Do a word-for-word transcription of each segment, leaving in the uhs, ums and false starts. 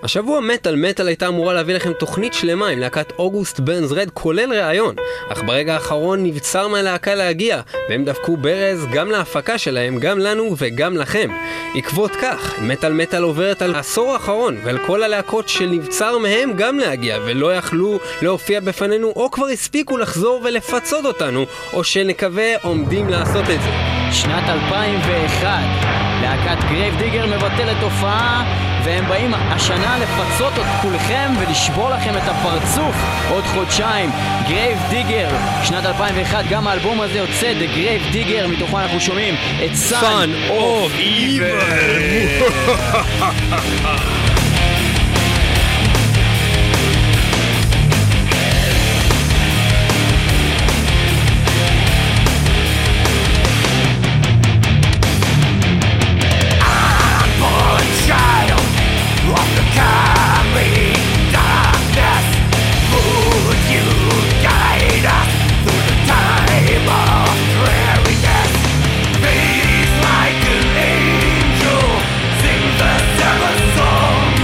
השבוע מטל מטל הייתה אמורה להביא לכם תוכנית שלמה עם להקת אוגוסט ברנס רד כולל ראיון, אך ברגע האחרון נבצר מהלהקה להגיע, והם דפקו ברז גם להפקה שלהם, גם לנו וגם לכם. עקבות כך, מטל מטל עוברת על העשור האחרון ועל כל הלהקות שנבצר מהם גם להגיע ולא יכלו להופיע בפנינו, או כבר הספיקו לחזור ולפצות אותנו, או שנקווה עומדים לעשות את זה. שנת אלפיים ואחת, להקת גרייב דיגר מבטלת הופעה, והם באים השנה לפצות את כולכם ולשבור לכם את הפרצוף עוד חודשיים. גרייב דיגר, שנת אלפיים ואחת, גם האלבום הזה יוצא, The Grave Digger, מתוכו אנחנו שומעים את Son of Evil. Sing the seventh song.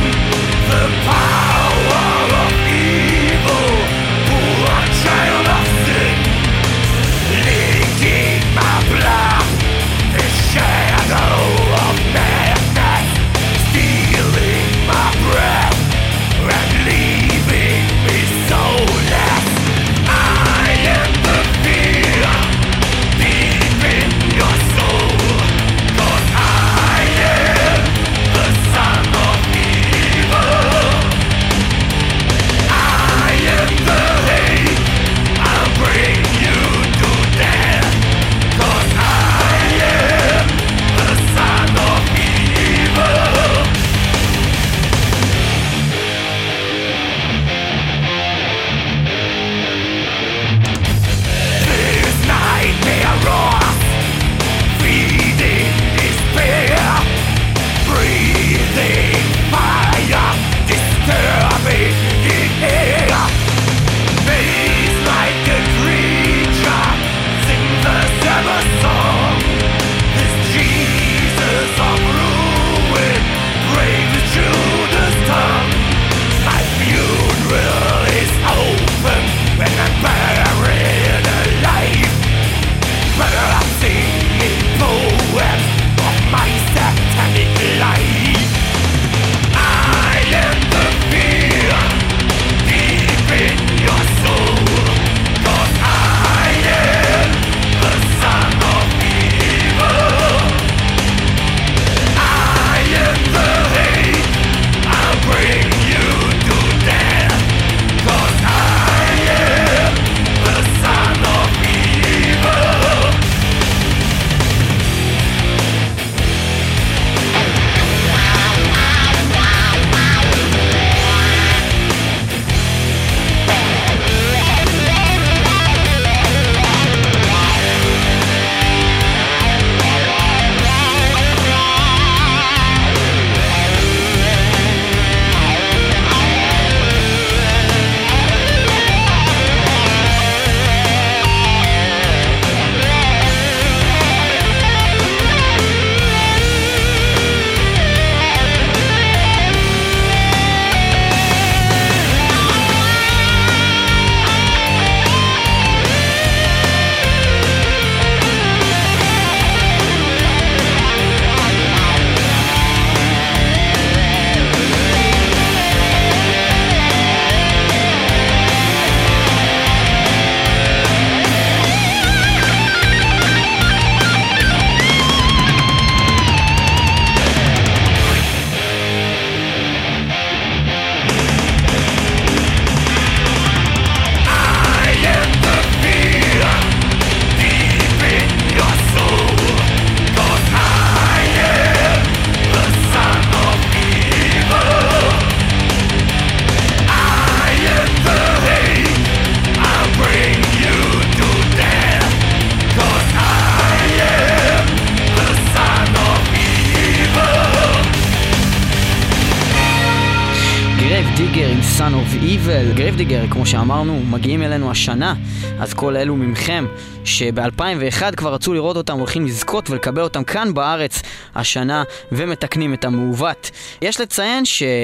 גרייב דיגר עם Son of Evil. גרייב דיגר, כמו שאמרנו, מגיעים אלינו השנה, אז כל אלו ממכם שב-אלפיים ואחת כבר רצו לראות אותם, הולכים לזכות ולקבל אותם כאן בארץ השנה ומתקנים את המעוות. יש לציין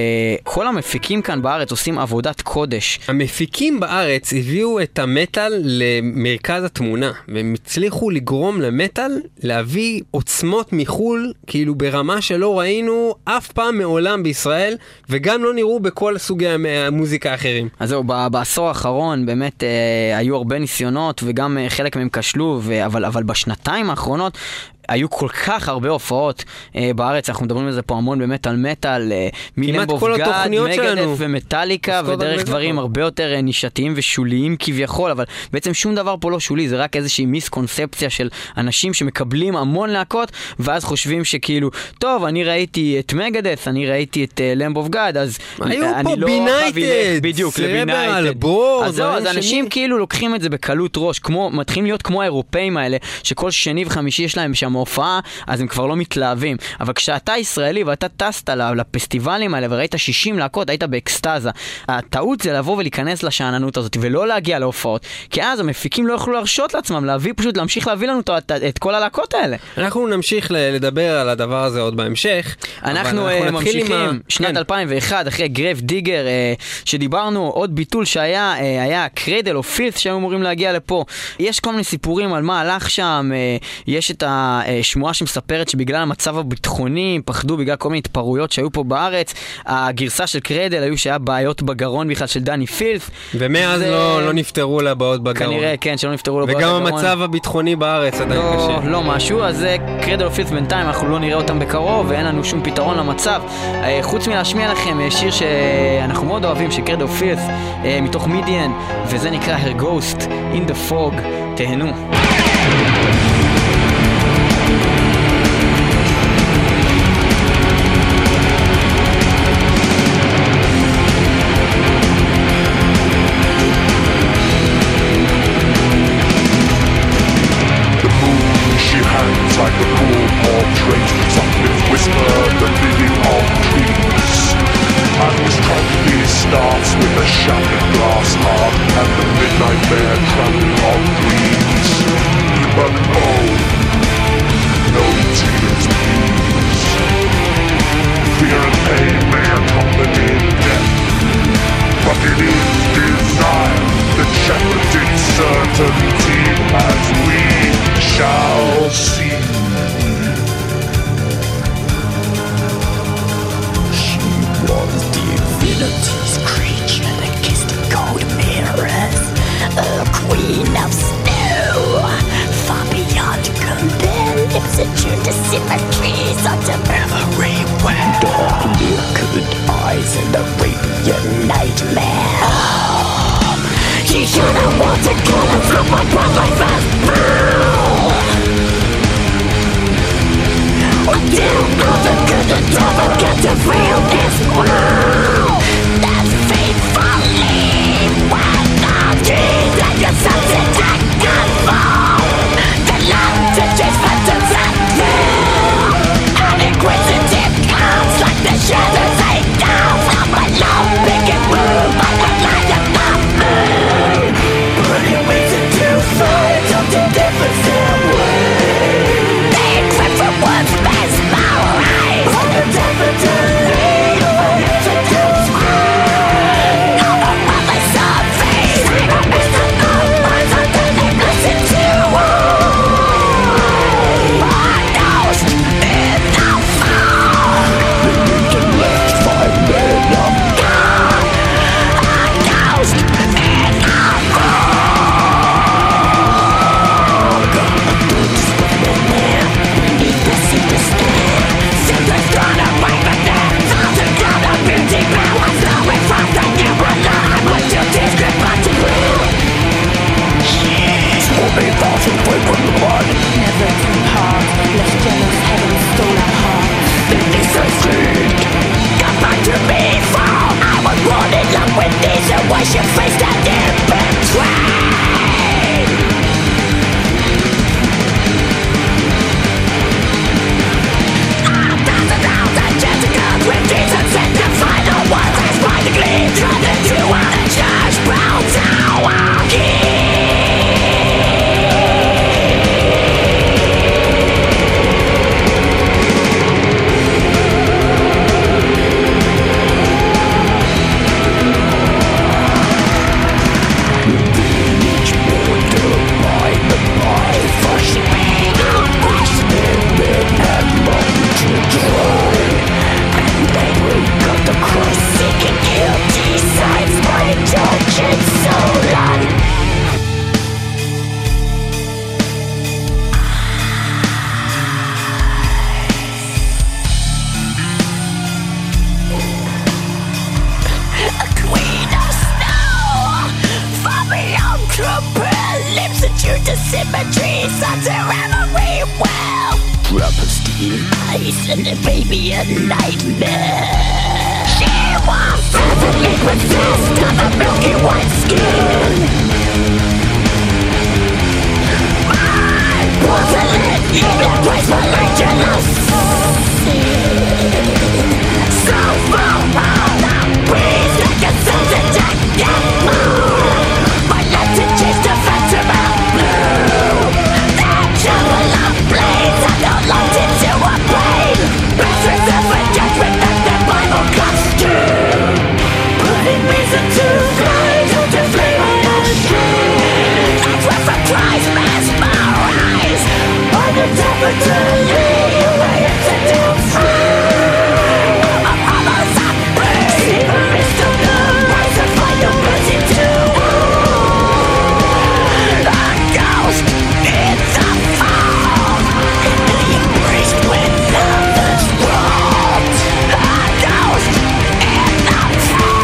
שכל המפיקים כאן בארץ עושים עבודת קודש. המפיקים בארץ הביאו את המטל למרכז התמונה, והם הצליחו לגרום למטל להביא עוצמות מחול, כאילו ברמה שלא ראינו אף פעם מעולם בישראל, וגם לא נראו בכל סוגי המוזיקה האחרים. אז זהו, בעשור האחרון באמת אה, היו הרבה ניסיונות, וגם אה, חלק מהם כשלו, ו- אבל, אבל בשנתיים האחרונות היו כל כך הרבה הופעות אה, בארץ, אנחנו מדברים על זה פה המון באמת על מטל, אה, מלמב אוף גאד, מגדף ומטליקה, ודרך דברים הרבה יותר אה, נישתיים ושוליים כביכול, אבל בעצם שום דבר פה לא שולי, זה רק איזושהי מיסקונספציה של אנשים שמקבלים המון להקות, ואז חושבים שכאילו, טוב, אני ראיתי את מגדף, אני ראיתי את למב אוף גאד, אז היו אני פה לא בינייטד, בדיוק, לבינייטד. אז זהו, אז אנשים כאילו לוקחים את זה בקלות ראש, כמו, מתחילים להיות כמו האירופאים האלה, שכל שני וחמישי יש להם שם הופעה, אז הם כבר לא מתלהבים. אבל כשאתה ישראלי ואתה טסת לפסטיבלים האלה וראית שישים להקות, היית באקסטאזה. הטעות זה לבוא ולהיכנס לשעננות הזאת ולא להגיע להופעות, כי אז המפיקים לא יכלו להרשות לעצמם להביא, פשוט להמשיך להביא לנו את, את כל הלהקות האלה. אנחנו נמשיך לדבר על הדבר הזה עוד בהמשך. אנחנו, אנחנו ממשיכים ה... שנת כן. אלפיים ואחת, אחרי גרייב דיגר, שדיברנו, עוד ביטול שהיה, היה קריידל או פילת' שהיו אמורים להגיע לפה. יש כל מיני סיפורים על מה הלך שם, יש את השמועה שמספרת שבגלל המצב הביטחוני, פחדו בגלל כל מיני התפרעויות שהיו פה בארץ. הגרסה של קריידל היו שהיה בעיות בגרון בכלל של דני פילת'. ומאז זה... לא, לא נפטרו לה בעיות בגרון. כנראה, כן, שלא נפטרו לה בעיות בגרון. בגרון. וגם המצב הביטחוני בארץ עדיין לא, קשה. לא משהו, אז קריידל או פילת' בינתיים אנחנו לא נראה אותם בקרוב, ואין לנו שום פתרון למצב. חוץ מלהשמיע לכם שיר שאנחנו מאוד אוהבים, של קריידל או פילת' מתוך מידיאן, וזה נקרא Her Ghost in the Fog. תהנו. Like a cool portrait, something whisper the living of trees. And this tragedy starts with a shattered glass heart and the midnight bear trampling on dreams. But oh, no tears please. Fear and pain may accompany death, but it is desire that shepherded certainty as we shall see. Divinity's creature that kissed in cold mirrors, a queen of snow, far beyond compare, lips attuned to symmetries under everywhere. Dark liquid eyes and the Arabian nightmare. Oh, she should have wanted to kill him through my blood like that. Until all the good and devil get to feel this world. That's faithfully when the deed and your sons attack and fall. The love to chase phantoms at will. And inquisitive clowns like the shadows they down from my love picking room like a light of the moon. Burning reason to fight something different some way. They encrypt from one's best memories. On the temperature lead away. to symmetry, such a reverie well. Prophecy lies and the baby a nightmare. She was heavily possessed of a milky white skin. My porcelain even gracefully jealous. So far out of breeze like a sunset jacket moon. My lantern chased the phantom out blue. That shovel of blades I now locked into a brain. Bastards of a judgment that the Bible costume. Putting reason to fly to the flame of the street. That's where from Christ mesmerized by the temperature. Away into doom free. Of almost a breeze. A mist of the rise of fire burns into a ghost in the fall. Being breached when love is wrong. A ghost in the fall.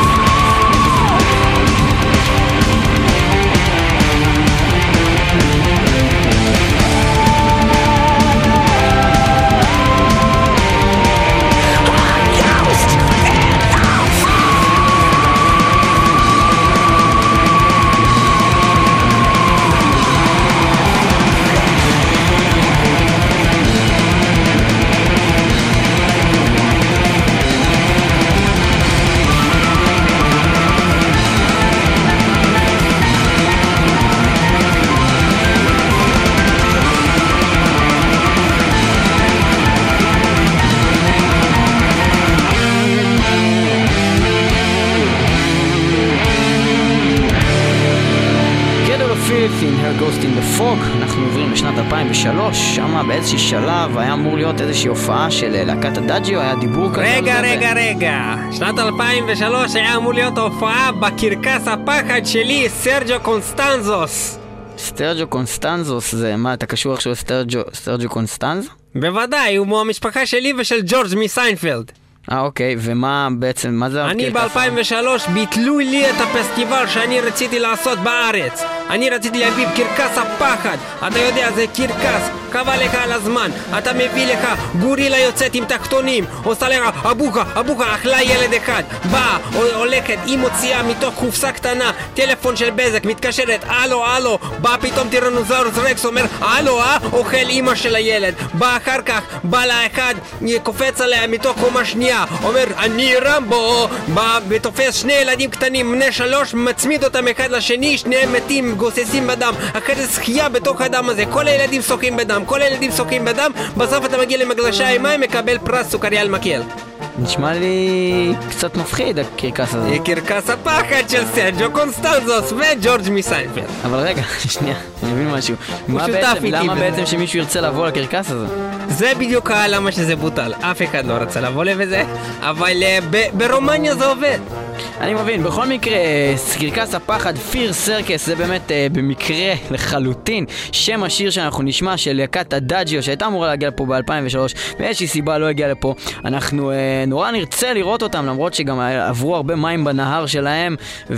in Her Ghost in the Fog. אנחנו עוברים לשנת אלפיים ושלוש, שמה באיזשהו שלב היה אמור להיות איזושהי הופעה של להקת הדאג'יו, היה דיבור כזה. רגע, רגע, רגע. שנת אלפיים ושלוש היה אמור להיות הופעה בקרקס הפחד שלי, סרג'ו קונסטנזוס. סרג'ו קונסטנזוס, זה מה, אתה קשור עכשיו סרג'ו, סרג'ו קונסטנז? בוודאי, הוא מהמשפחה שלי ושל ג'ורג' מסיינפלד. אה אוקיי, ומה בעצם, מה זה? אני ב-אלפיים ושלוש ביטלו לי את הפסטיבל שאני רציתי לעשות בארץ. אני רציתי להביא קרקס הפחד. אתה יודע, זה קרקס, קבע לך על הזמן. אתה מביא לך גורילה יוצאת עם תחתונים, עושה לך אבוקה, אבוקה, אכלה ילד אחד. באה, הולכת, היא מוציאה מתוך קופסה קטנה טלפון של בזק, מתקשרת, הלו, הלו. בא פתאום טירנוזאורוס רקס, אומר, הלו, אה, אוכל אמא של הילד. בא אחר כך, בא לה אחד, קופץ עליה מתוך קומה שנייה, אומר, אני רמבו. בא ותופס שני ילדים קטנים, בני שלוש, מצמיד אותם אחד לשני, שניהם מתים, גוססים בדם, אחרי שחייה בתוך הדם הזה, כל הילדים סוקים בדם, כל הילדים סוקים בדם, בסוף אתה מגיע למגלשי המים, מקבל פרס סוכריה על מקל. נשמע לי קצת מפחיד הקרקס הזה. קרקס הפחד של סרג'ו קונסטנזוס וג'ורג' מסיינפלד. אבל רגע, שנייה, אני מבין משהו. מה בעצם, למה בעצם שמישהו ירצה לבוא לקרקס הזה? זה בדיוק למה שזה בוטל. אף אחד לא רצה לבוא לזה, אבל ברומניה זה עובד. אני מבין, בכל מקרה, קרקס הפחד, פיר סרקס, זה באמת אה, במקרה לחלוטין שם השיר שאנחנו נשמע של להקת הדאג'יו, שהייתה אמורה להגיע לפה ב-אלפיים ושלוש, ואיזושהי סיבה לא הגיעה לפה. אנחנו אה, נורא נרצה לראות אותם, למרות שגם עברו הרבה מים בנהר שלהם,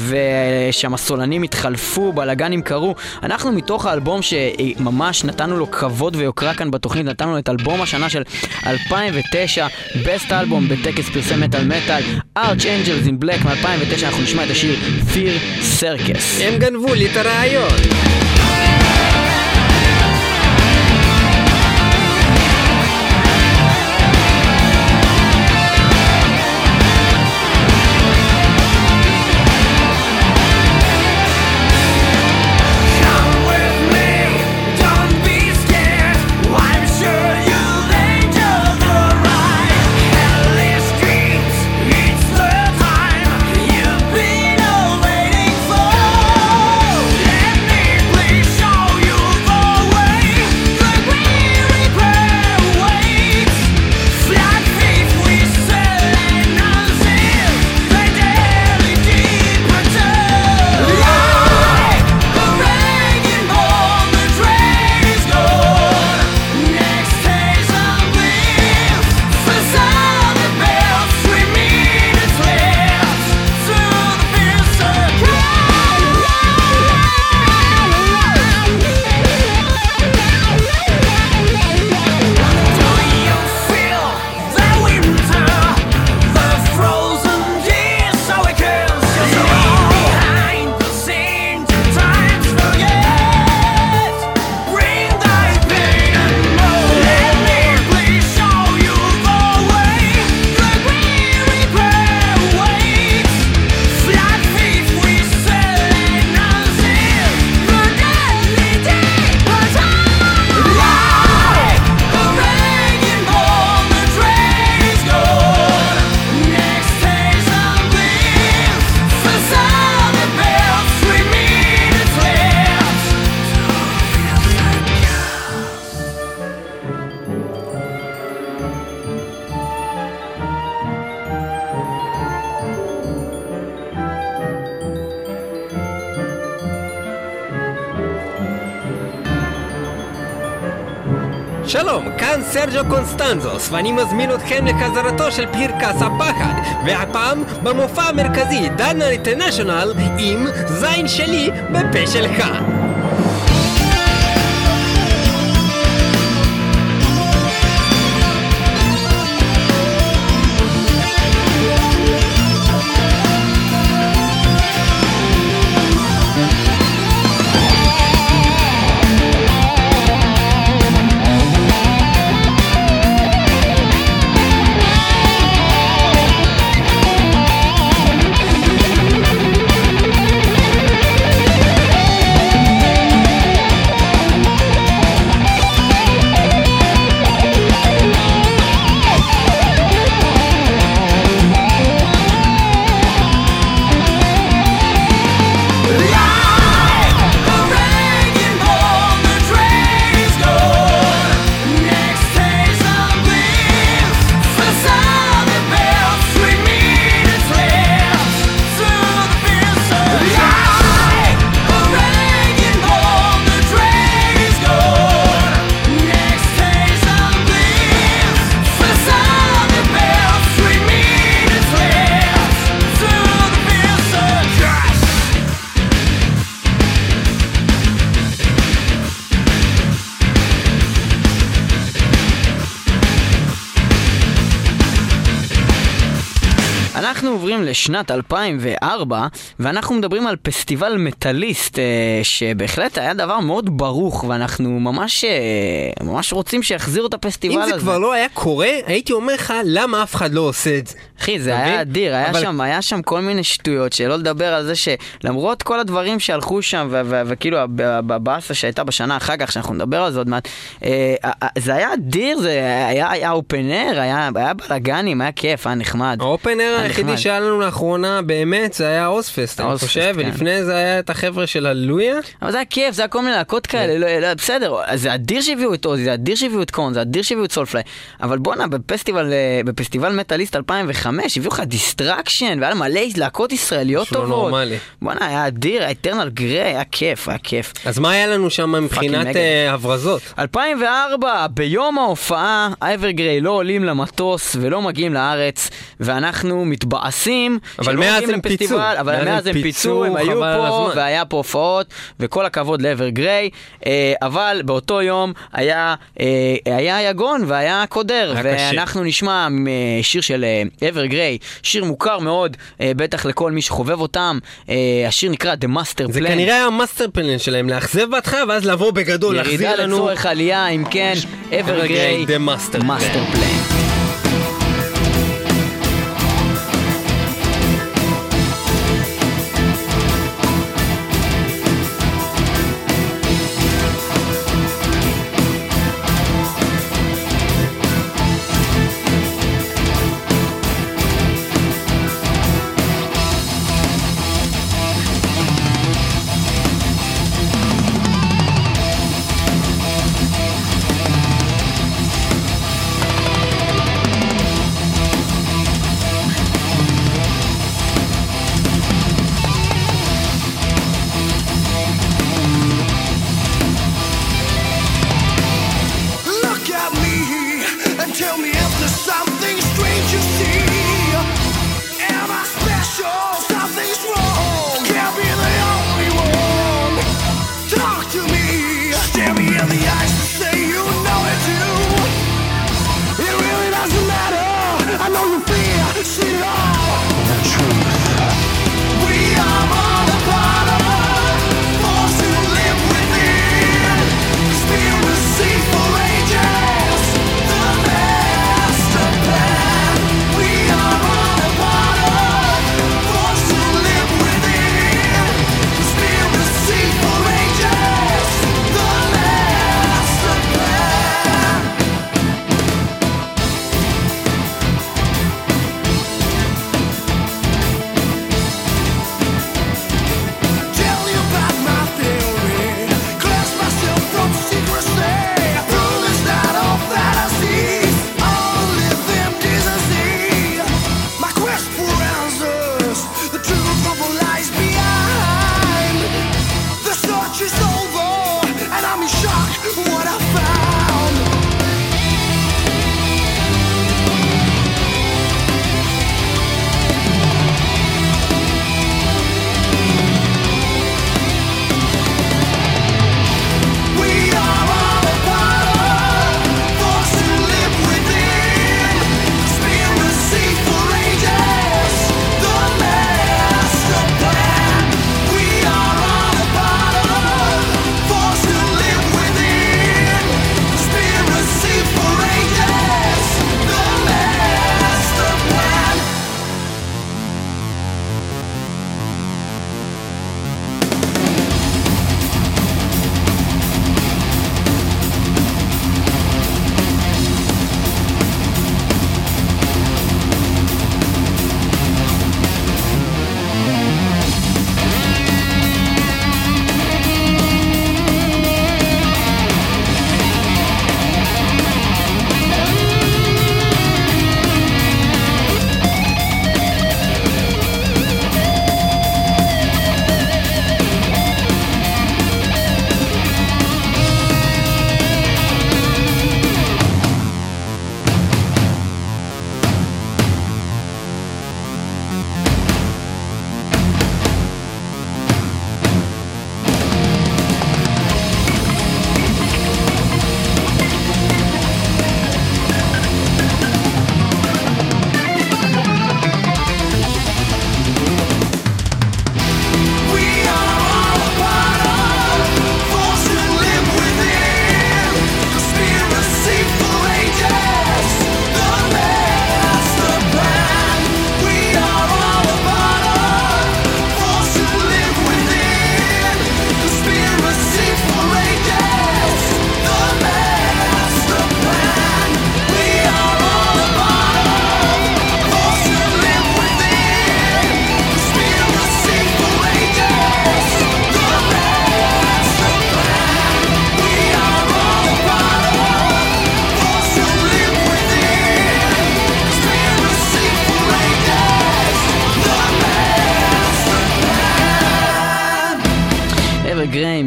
ושם הסולנים התחלפו, בלגנים קרו. אנחנו מתוך האלבום שממש נתנו לו כבוד ויוקרה כאן בתוכנית, נתנו לו את אלבום השנה של אלפיים ותשע, בסט אלבום בטקס פרסי מטל מטל, Archangels in Black מ-אלפיים ותשע, אנחנו נשמע את השיר Fear Circus. הם גנבו לי את הרעיון. Let me שלום, כאן סרג'ו קונסטנזוס, ואני מזמין אתכם לחזרתו של פרקס הפחד, והפעם במופע המרכזי דנה אינטרנשיונל עם זין שלי בפה שלך. אנחנו עוברים לשנת אלפיים וארבע, ואנחנו מדברים על פסטיבל מטליסט, שבהחלט היה דבר מאוד ברוך, ואנחנו ממש, ממש רוצים שיחזירו את הפסטיבל הזה. אם זה כבר לא היה קורה, הייתי אומר לך, למה אף אחד לא עושה את זה? אחי, זה היה אדיר, היה שם, היה שם כל מיני שטויות, שלא לדבר על זה שלמרות כל הדברים שהלכו שם, וכאילו הבאסה שהייתה בשנה אחר כך, שאנחנו נדבר על זה עוד מעט, זה היה אדיר, זה היה אופנר, היה בלגנים, היה כיף, היה נחמד. האופנר היחידי שהיה לנו לאחרונה באמת זה היה אוספסט, אני חושב, ולפני זה היה את החבר'ה של הלויה. אבל זה היה כיף, זה היה כל מיני להקות כאלה, בסדר, זה אדיר שהביאו את אוזי, זה אדיר שהביאו את קון, זה אדיר שהביאו את סולפליי, אבל בוא'נה, בפסטיבל מטליסט אלפיים וחמש הביאו לך דיסטרקשן, והיה מלא להקות ישראליות טובות. בוא'נה, היה אדיר, האטרנל גריי, היה כיף, היה כיף. אז מה היה לנו שם מבחינת הברזות? אלפיים וארבע, ביום ההופעה, אייברגריי לא עולים למטוס ולא מגיעים לארץ, ואנחנו מתבאסים, אבל מאז הם פיצו, אבל מאז הם פיצו, הם היו פה, והיה פה הופעות, וכל הכבוד לאברגריי, אבל באותו יום היה היה יגון והיה קודר, ואנחנו נשמע שיר של אברגריי, שיר מוכר מאוד, בטח לכל מי שחובב אותם, השיר נקרא The Master Plan. זה כנראה היה המאסטר פלן שלהם, לאכזב בהתחלה, ואז לבוא בגדול, להחזיר לנו... ירידה לצורך עלייה, אם כן, אברגריי, The Master Plan.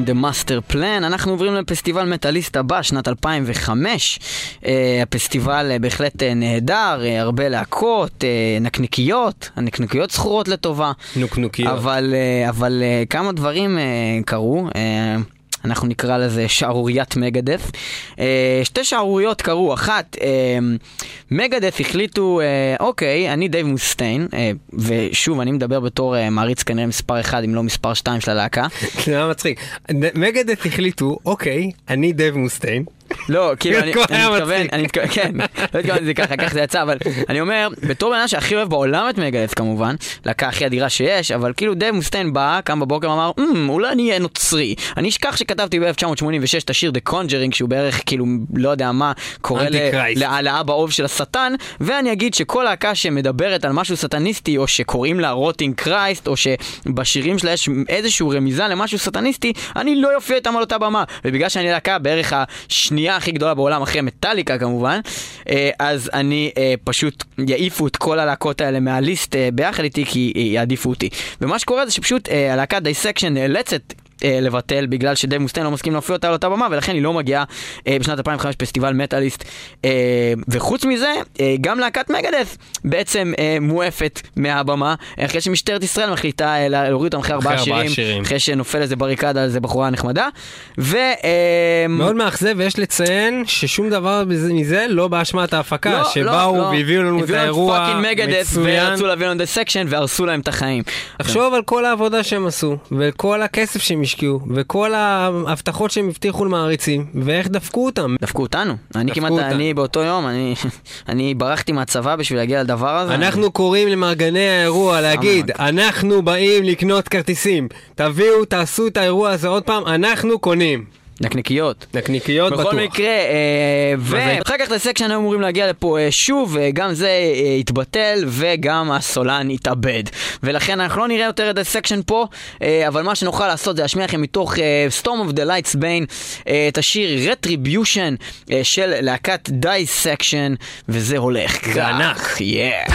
The Master Plan. אנחנו עוברים לפסטיבל מטאליסט הבא, שנת אלפיים וחמש. Uh, הפסטיבל uh, בהחלט uh, נהדר, uh, הרבה להקות, uh, נקניקיות, הנקניקיות זכורות לטובה. נוקנוקיות. אבל, uh, אבל uh, כמה דברים uh, קרו. Uh, אנחנו נקרא לזה שערוריית מגדף. Uh, שתי שערוריות קרו. אחת, uh, מגדף החליטו, uh, אוקיי, אני דייב מוסטיין, uh, ושוב, אני מדבר בתור uh, מעריץ כנראה מספר אחד, אם לא מספר שתיים של הלהקה. זה מה מצחיק. מגדף החליטו, אוקיי, אני דייב מוסטיין. לא, כאילו, אני מתכוון, אני מתכוון, כן, לא מתכוון את זה ככה, ככה זה יצא, אבל אני אומר, בתור בן אדם שהכי אוהב בעולם את מגדף כמובן, להקה הכי אדירה שיש, אבל כאילו דייב מוסטיין בא, קם בבוקר ואמר, אולי אני אהיה נוצרי. אני אשכח שכתבתי ב-אלף תשע מאות שמונים ושש את השיר The Conjuring, שהוא בערך כאילו, לא יודע מה, קורא להעלאה באוב של השטן, ואני אגיד שכל להקה שמדברת על משהו סטניסטי, או שקוראים לה רוטינג קרייסט, או שבשירים שלה יש איזשהו רמיזה למשהו סטניסטי, אני לא יופיע איתם על אותה במה. ובגלל שאני להקה בערך השנייה הכי גדולה בעולם אחרי מטאליקה כמובן, אז אני פשוט יעיפו את כל הלהקות האלה מהליסט ביחד איתי, כי יעדיפו אותי. ומה שקורה זה שפשוט הלהקה דייסקשן נאלצת לבטל בגלל שדייב מוסטיין לא מסכים להופיע אותה על אותה במה, ולכן היא לא מגיעה בשנת אלפיים וחמש פסטיבל מטאליסט. וחוץ מזה, גם להקת מגדף בעצם מואפת מהבמה, אחרי שמשטרת ישראל מחליטה להוריד אותם אחרי ארבעה שירים, אחרי שנופל איזה בריקדה על איזה בחורה נחמדה. מאוד מאכזב, ויש לציין ששום דבר מזה לא באשמת ההפקה, שבאו והביאו לנו את האירוע מצוין, ורצו להביא לנו דסקשן והרסו להם את החיים. תחשוב על כל העבודה שהם עשו, וכל הכסף שהם השקיעו, וכל ההבטחות שהם הבטיחו למעריצים, ואיך דפקו אותם. דפקו אותנו. אני כמעט, אני באותו יום, אני, אני ברחתי מהצבא בשביל להגיע לדבר הזה. אנחנו קוראים למארגני האירוע להגיד, אנחנו באים לקנות כרטיסים. תביאו, תעשו את האירוע הזה עוד פעם, אנחנו קונים. נקניקיות. נקניקיות בטוח. בכל מקרה, ואחר כך לסקשן היו אמורים להגיע לפה שוב, גם זה התבטל, וגם הסולן התאבד. ולכן אנחנו לא נראה יותר את הסקשן פה, אבל מה שנוכל לעשות זה להשמיע לכם מתוך Storm of the Light's Bane, את השיר Retribution של להקת Dissection, וזה הולך. זה ענק. Yeah.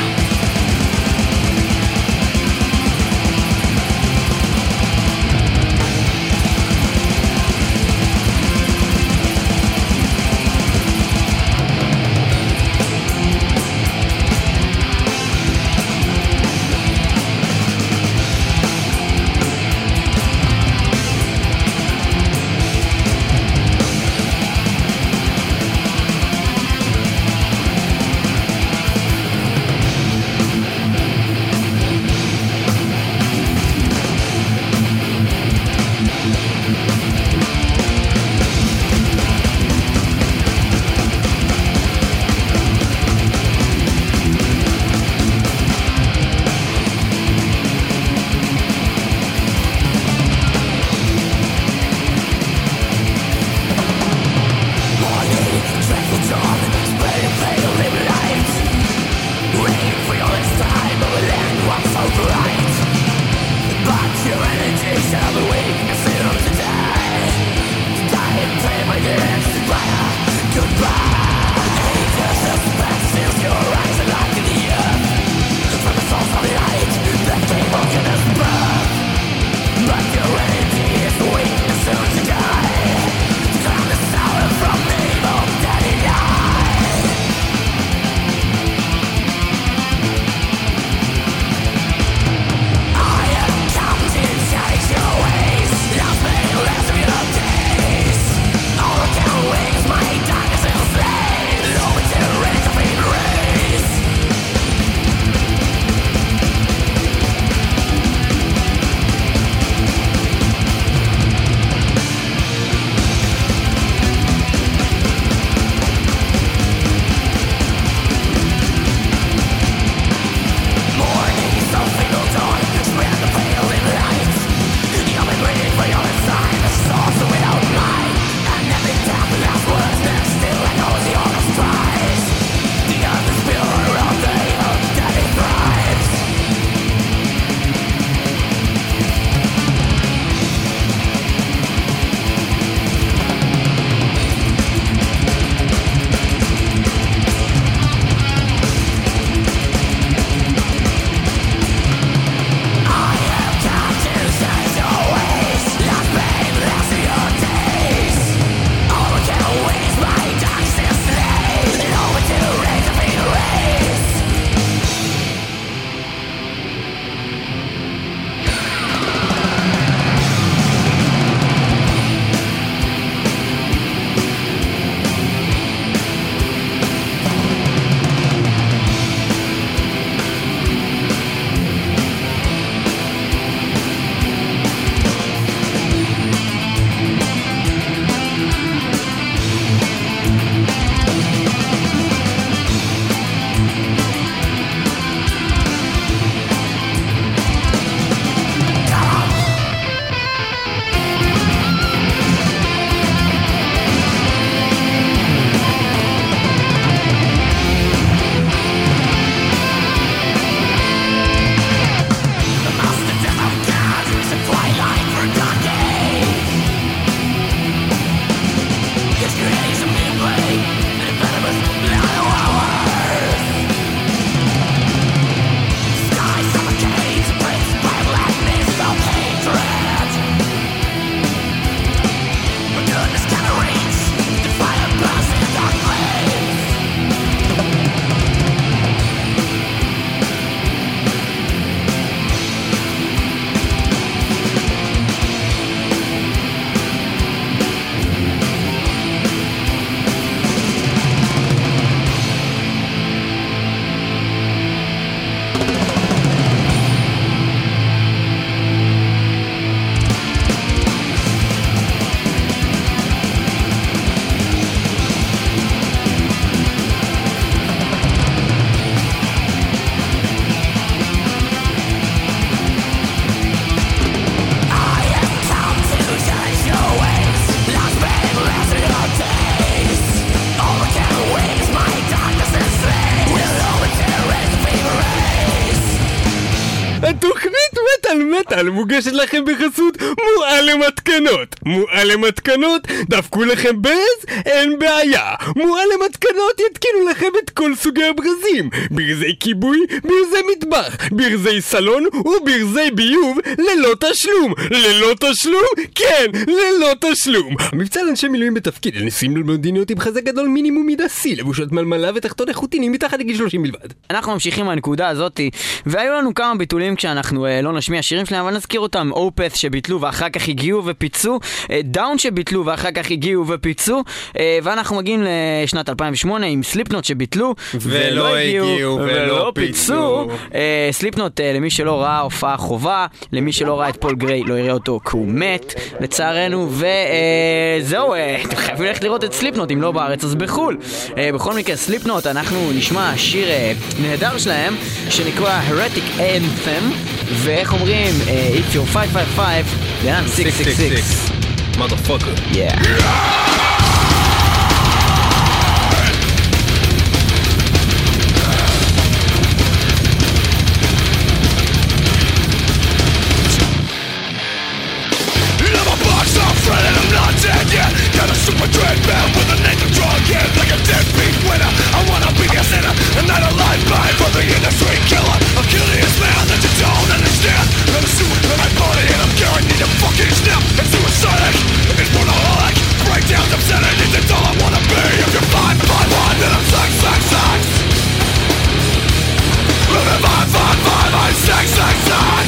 התוכנית מטל מטל מוגשת לכם בחסות מועלם התקנות. מועלם התקנות, דפקו לכם ברז? אין בעיה. מועלם התקנות יתקינו לכם את כל סוגי הברזים. ברזי כיבוי, ברזי מטבח, ברזי סלון וברזי ביוב ללא תשלום. ללא תשלום? כן, ללא תשלום. המבצע לאנשי מילואים בתפקיד, הנשיאים למדיניות עם חזה גדול מינימום מידה C, לבושות מלמלה ותחתון איכותינים מתחת לגיל שלושים בלבד. אנחנו ממשיכים מהנקודה הזאת, והיו לנו כמה ביטולים כשאנחנו אה, לא נשמיע שירים שלהם, אבל נזכיר אותם. אופת שביטלו ואחר כך הגיעו ופיצו, אה, דאון שביטלו ואחר כך הגיעו ופיצו, אה, ואנחנו מגיעים לשנת אלפיים ושמונה עם סליפנוט שביטלו ולא הגיעו ולא פיצו. אה, סליפנוט, אה, למי שלא ראה הופעה חובה, למי שלא ראה את פול גריי לא יראה אותו כי הוא מת לצערנו, וזהו, אה, אה, אתם חייבים ללכת לראות את סליפנוט, אם לא בארץ אז בחול. אה, בכל מקרה סליפנוט, אנחנו נשמע שיר אה, נהדר שלהם שנקרא Heretic Anthem, ואיך אומרים, uh, if you're five five five, then I'm six six six. Motherfucker. Yeah. Got a super dread man with a naked drug head like a deadbeat winner. I wanna be a sinner and not a lifeline for the industry killer. I'm killing this man that you don't understand. I'm a suit in my body and I'm guaranteed to fucking snap. It's suicidal, it's monolithic. Breakdowns, obscenity, that's all I wanna be. If you're five five one, then I'm six six six. If you're five five five, I'm six six six.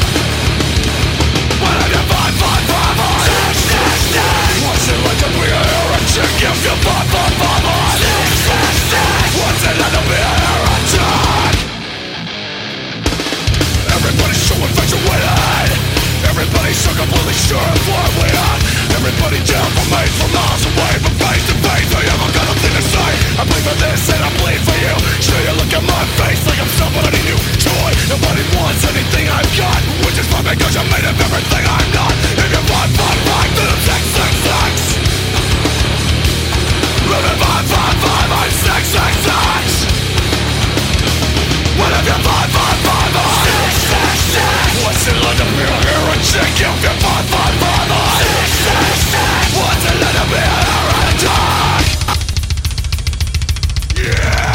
What if you're five five five, I'm six six six. What's it like to be a heretic if you're five five five, I'm six six six. What's it like to be a heretic? Everybody's so infatuated. Everybody's so completely sure of what we are. Everybody down from me, from miles away, from face to face. I haven't got nothing to say. I bleed for this and I bleed for you. Sure you look at my face like I'm somebody new. Joy, nobody wants anything I've got, which is fine because you're made of everything I'm not. If you're five five five, then I'm six six six. If you're five five five, I'm six six six. What if you're five five five, I'm six six six. What's it like to be a heretic if you're five five five, I'm six six six. What's it like to be a heretic? Yeah.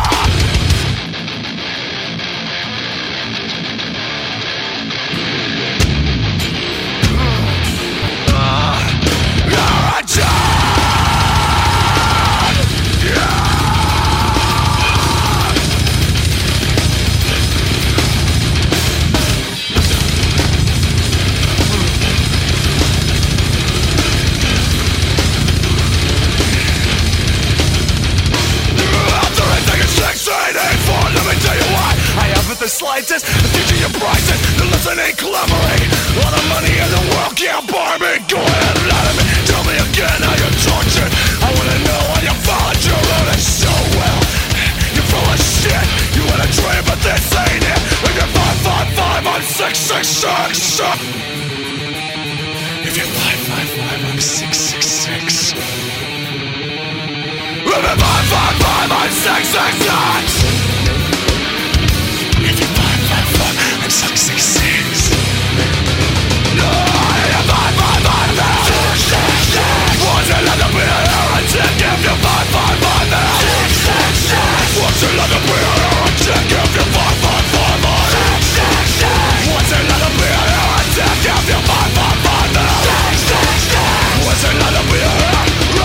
The slightest, the future you price it, the lesson ain't clamoring. All the money in the world can't buy me. Go ahead and lie to me, tell me again how you're tortured. I wanna know how you followed your orders so well. You're full of shit, you had a dream but this ain't it. If you're five five five, I'm six six six. If you're five five five, I'm six six six. If you're five five five, I'm six six six. If you're five five five, I'm six six six. No, you're five five five, I'm six six six. What's it like to be a heretic if you're five five five, I'm six six six. What's it like to be a heretic if you're five five five, I'm six six six. What's it like to be a heretic if you're five five five, I'm six six six. What's it like to be a heretic?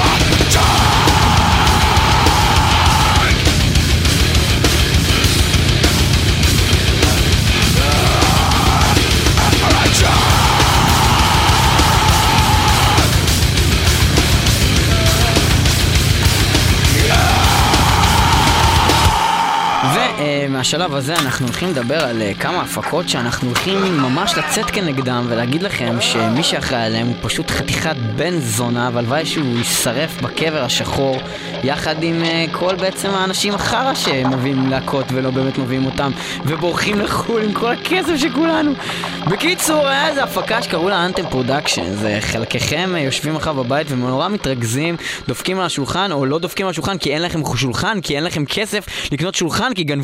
ומהשלב הזה אנחנו הולכים לדבר על כמה הפקות שאנחנו הולכים ממש לצאת כנגדם ולהגיד לכם שמי שאחראי עליהם הוא פשוט חתיכת בן זונה, אבל הלוואי שהוא יישרף בקבר השחור יחד עם כל בעצם האנשים החרא שמביאים להקות ולא באמת מביאים אותם ובורחים לחול עם כל הכסף שכולנו. בקיצור, היה איזו הפקה שקראו לה אנתם פרודקשן. זה חלקכם יושבים אחר בבית ומנורא מתרכזים, דופקים על השולחן או לא דופקים על השולחן כי אין לכם שולחן, כי אין לכם כסף לקנות שולחן, כי גנבו לכם את הכסף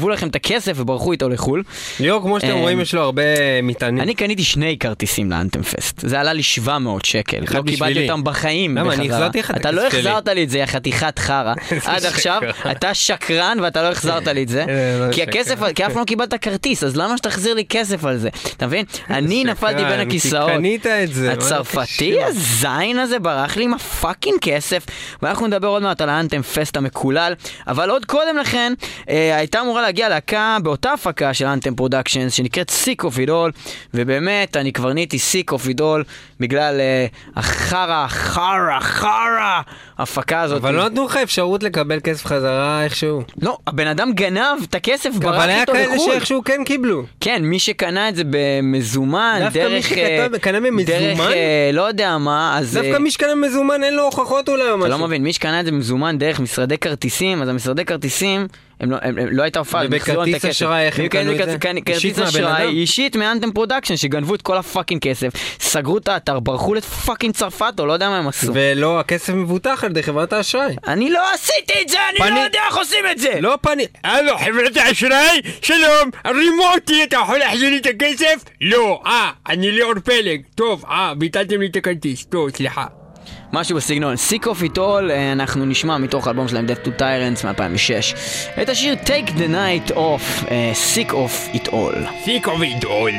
כסף וברחו איתו לחול. ליאור, כמו שאתם רואים, יש לו הרבה מטענים. אני קניתי שני כרטיסים לאנתם פסט. זה עלה לי שבע מאות שקל. לא קיבלתי בשבילי. אותם בחיים. למה? אני בחזרה. החזרתי לך את אתה לא הכסף שלי. החזרת לי את זה, יא חתיכת חרא. עד עכשיו, אתה שקרן ואתה לא החזרת לי את זה. כי הכסף, כי אף לא קיבלת כרטיס, אז למה שתחזיר לי כסף על זה? אתה מבין? אני נפלתי בין הכיסאות. קנית את זה. הצרפתי, הזין הזה ברח לי עם הפאקינג כסף, ואנחנו נדבר עוד מעט על האנתם פסט המקולל, אבל עוד קודם לכן, אה, הייתה אמורה להגיע להקה באותה הפקה של אנתם פרודקשנס, שנקראת Sick of It All, ובאמת, אני כבר נהייתי Sick of It All, בגלל אה, החרה, חרה, חרה, הפקה הזאת. אבל לא נתנו לך אפשרות לקבל כסף חזרה איכשהו. לא, הבן אדם גנב את הכסף, ברח אבל היה איתו כאלה לחול. שאיכשהו כן קיבלו. כן, מי שקנה את זה במזומן, דווקא דרך... מי שקנה- קנה במזומן? דרך, אה, לא יודע מה, אז... דווקא מי שקנה מזומן אין לו הוכחות אולי או אתה משהו. לא מבין, מי שקנה את זה במזומן דרך משרדי כרטיסים, אז המשרדי כרטיסים, הם לא, הם, הם לא הייתה הופעה, הם החזירו את ובכרטיס הכסף. אשראי, איך הם קנו את זה? כרטיס אישית מהבן אשראי, אדם? אישית מאנתם פרודקשן, שגנבו את כל הפאקינג כסף, סגרו את האתר, ברחו לפאקינג צרפת, או לא יודע מה הם עשו. ולא, הכסף מבוטח על ידי חברת האשראי. אני לא עשיתי את זה, אני פני- לא יודע איך עושים את זה! לא פני... הלו, חברת האשראי, שלום, רימו אותי, אתה יכול להחזיר לי את הכסף? לא, אה, אני ליאור פלג, טוב, אה, ביטלתם לי את הכרטיס, טוב, סליחה. משהו בסגנון. Sick of It All, אנחנו נשמע מתוך האלבום שלהם Death to Tyrants מ-אלפיים ושש את השיר Take the Night Off, uh, Sick of It All. Sick of it all.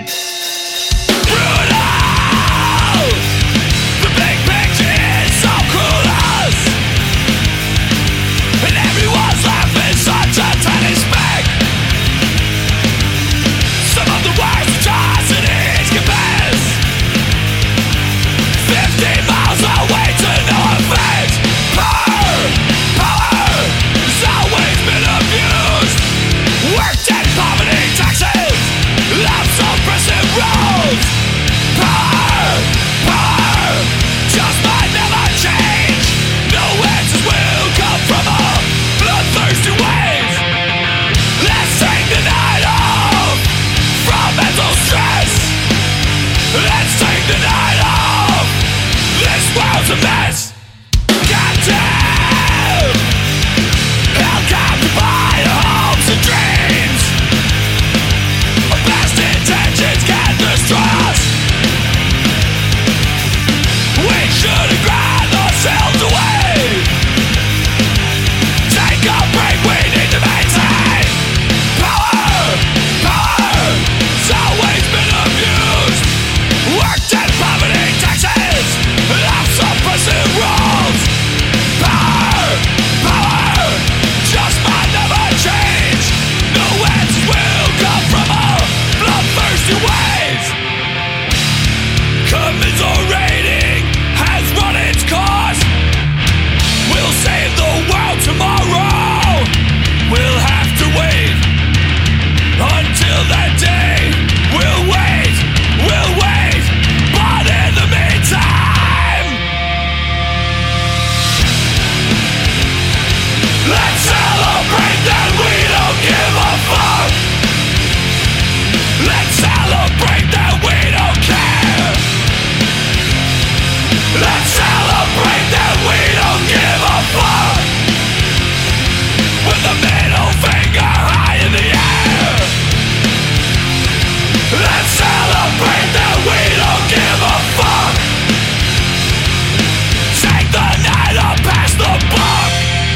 The big picture is so cruel, and everyone's laughing such a tiny speck. Some of the worst atrocities can pass fifty miles away to no effect. Power, power has always been abused. Worked in poverty, taxes, lots of oppressive rules. Power, power, just might never change. No answers will come from a bloodthirsty wave. Let's take the night off from mental stress. Let's take the night off. This world's a mess. Goddamn! Held captive by hopes and dreams. Our best intentions can destroy us. We should have grabbed ourselves away. Take a break, we need to maintain. Power, power, it's always been abused. Worked in poverty, taxes, lots of oppressive rules. Power, power, just might never change. No answers will come from a bloodthirsty wave. Commiserating has run its course. We'll save the world tomorrow. We'll have to wait until that day. We'll wait, we'll wait, but in the meantime, let's celebrate that we don't give a fuck. Let's celebrate that we don't care. Let's celebrate that we don't give a fuck. With the middle finger high in the air. Let's celebrate that we don't give a fuck. Take the night up past the buck.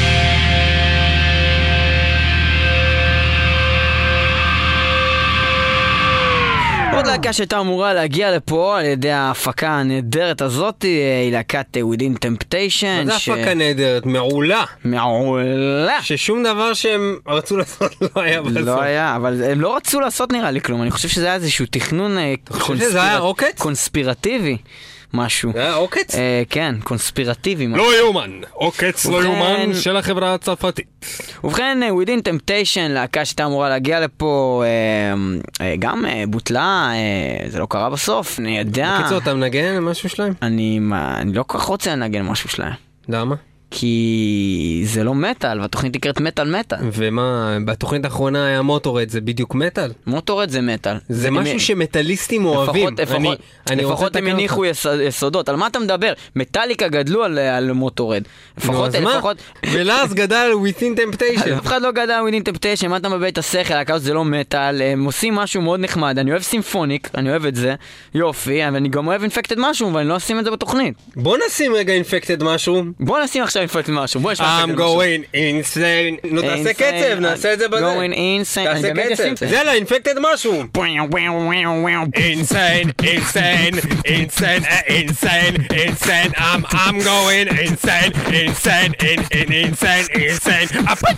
עוד להקה שהייתה אמורה להגיע לפה על ידי ההפקה הנהדרת הזאת, היא להקת Within Temptation. זה הפקה נהדרת, מעולה. מעולה. ששום דבר שהם רצו לעשות לא היה בסוף. לא היה, אבל הם לא רצו לעשות נראה לי כלום. אני חושב שזה היה איזשהו תכנון חושב שזה היה עוקץ? קונספירטיבי. משהו. זה היה עוקץ? אה, כן, קונספירטיבי. משהו. לא יאומן, עוקץ לא ובכן- יאומן של החברה הצרפתית. ובכן, אה, Within Temptation, להקה שהייתה אמורה להגיע לפה, אה, אה, גם אה, בוטלה, אה, זה לא קרה בסוף, אני יודע. בקיצור, אתה מנגן משהו שלהם? אני, מה, אני לא כל כך רוצה לנגן משהו שלהם. למה? כי זה לא מטל, והתוכנית נקראת מטל מטל. ומה, בתוכנית האחרונה היה מוטורד, זה בדיוק מטל? מוטורד זה מטל. זה משהו שמטליסטים אוהבים. לפחות הם הניחו יסודות. על מה אתה מדבר? מטליקה גדלו על מוטורד. נו, אז מה? ולאז גדל על Within Temptation. אף אחד לא גדל על Within Temptation, מה אתה מביא את השכל? הקאוס זה לא מטל, הם עושים משהו מאוד נחמד. אני אוהב סימפוניק, אני אוהב את זה. יופי, אבל אני גם אוהב אינפקטד משהו, ואני לא אשים את זה בתוכנית. בוא נשים רגע אינפקטד משהו. בוא נשים עכשיו אינפקטד משהו. בוא נשמע I'm going insane. נו, תעשה קצב, נעשה את זה בזה. going insane. תעשה קצב. זה לה, אינפקטד משהו. Insane, insane, insane, uh, insane, insane. I'm I'm going insane, insane, in, in, insane, insane.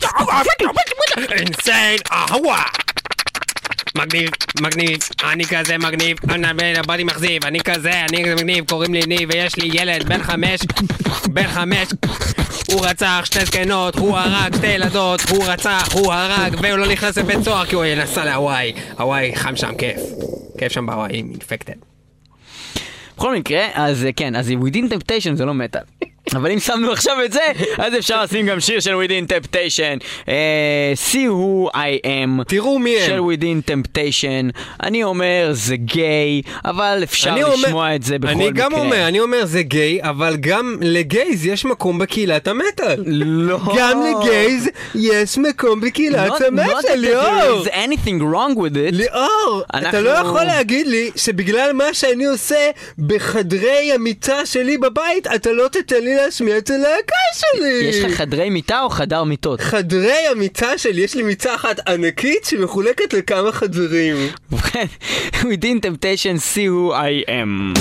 insane. אהווה. מגניב, מגניב, אני כזה מגניב, אני באתי מחזיב, אני כזה, אני כזה מגניב, קוראים לי ניב, ויש לי ילד בן חמש, בן חמש, הוא רצח שתי זקנות, הוא הרג שתי ילדות, הוא רצח, הוא הרג, והוא לא נכנס לבית סוהר כי הוא נסע להוואי, הוואי חם שם, כיף, כיף שם בהוואי, אינפקטד. בכל מקרה, אז כן, אז Within Temptation זה לא מטל. אבל אם שמנו עכשיו את זה, אז אפשר לשים גם שיר של Within Temptation. See who I am. תראו מי הם. של Within Temptation. אני אומר זה גיי, אבל אפשר לשמוע את זה בכל מקרה. אני גם אומר, אני אומר זה גיי, אבל גם לגייז יש מקום בקהילת המטל. לא. גם לגייז יש מקום בקהילת המטל, ליאור. Not that there is anything wrong with it. ליאור, אתה לא יכול להגיד לי שבגלל מה שאני עושה בחדרי המיטה שלי בבית, אתה לא תתן לי להשמיע את הלהקה שלי. יש לך חדרי מיטה או חדר מיטות? חדרי המיטה שלי, יש לי מיטה אחת ענקית שמחולקת לכמה חדרים. Within Temptation, see who I am.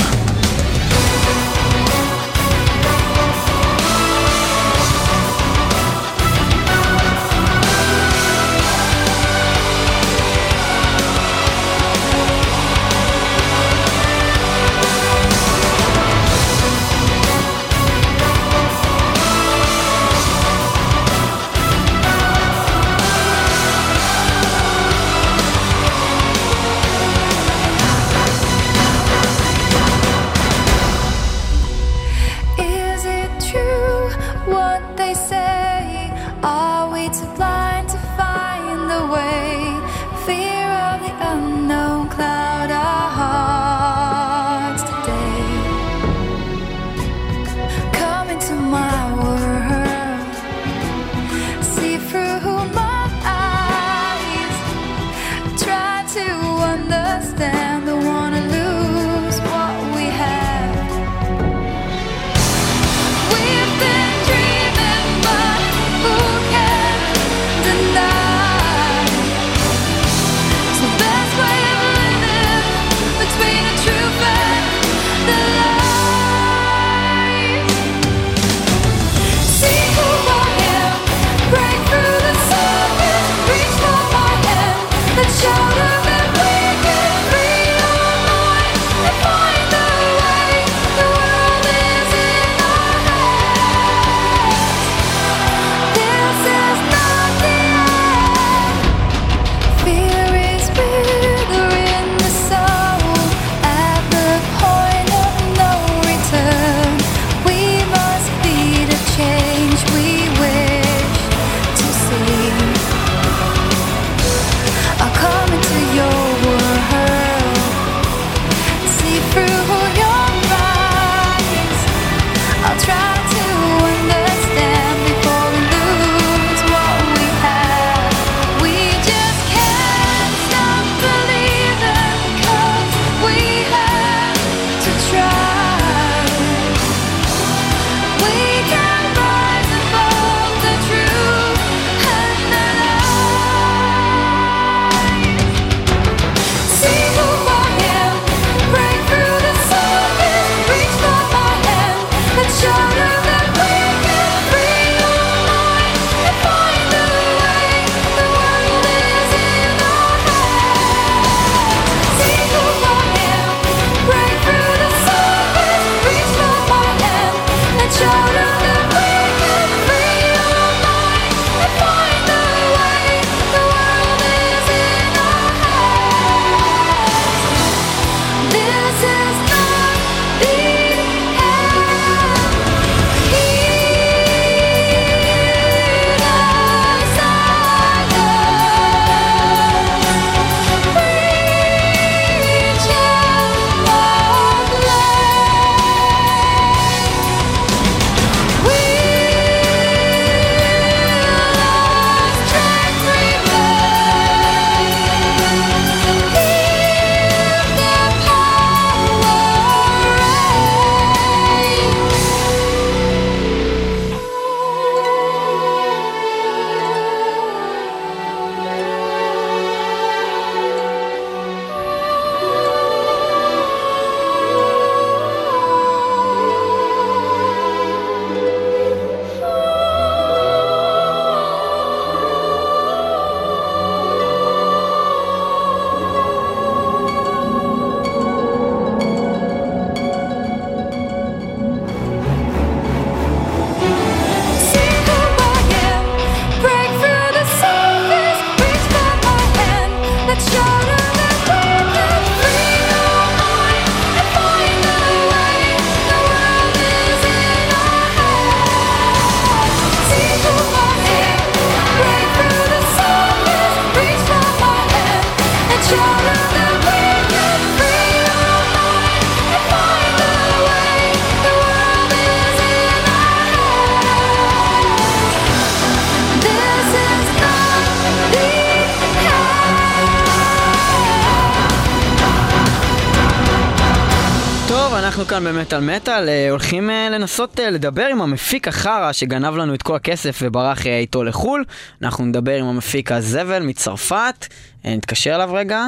אנחנו כאן במטל מטל, הולכים לנסות לדבר עם המפיק החרה שגנב לנו את כל הכסף וברח איתו לחול. אנחנו נדבר עם המפיק הזבל מצרפת, נתקשר אליו רגע.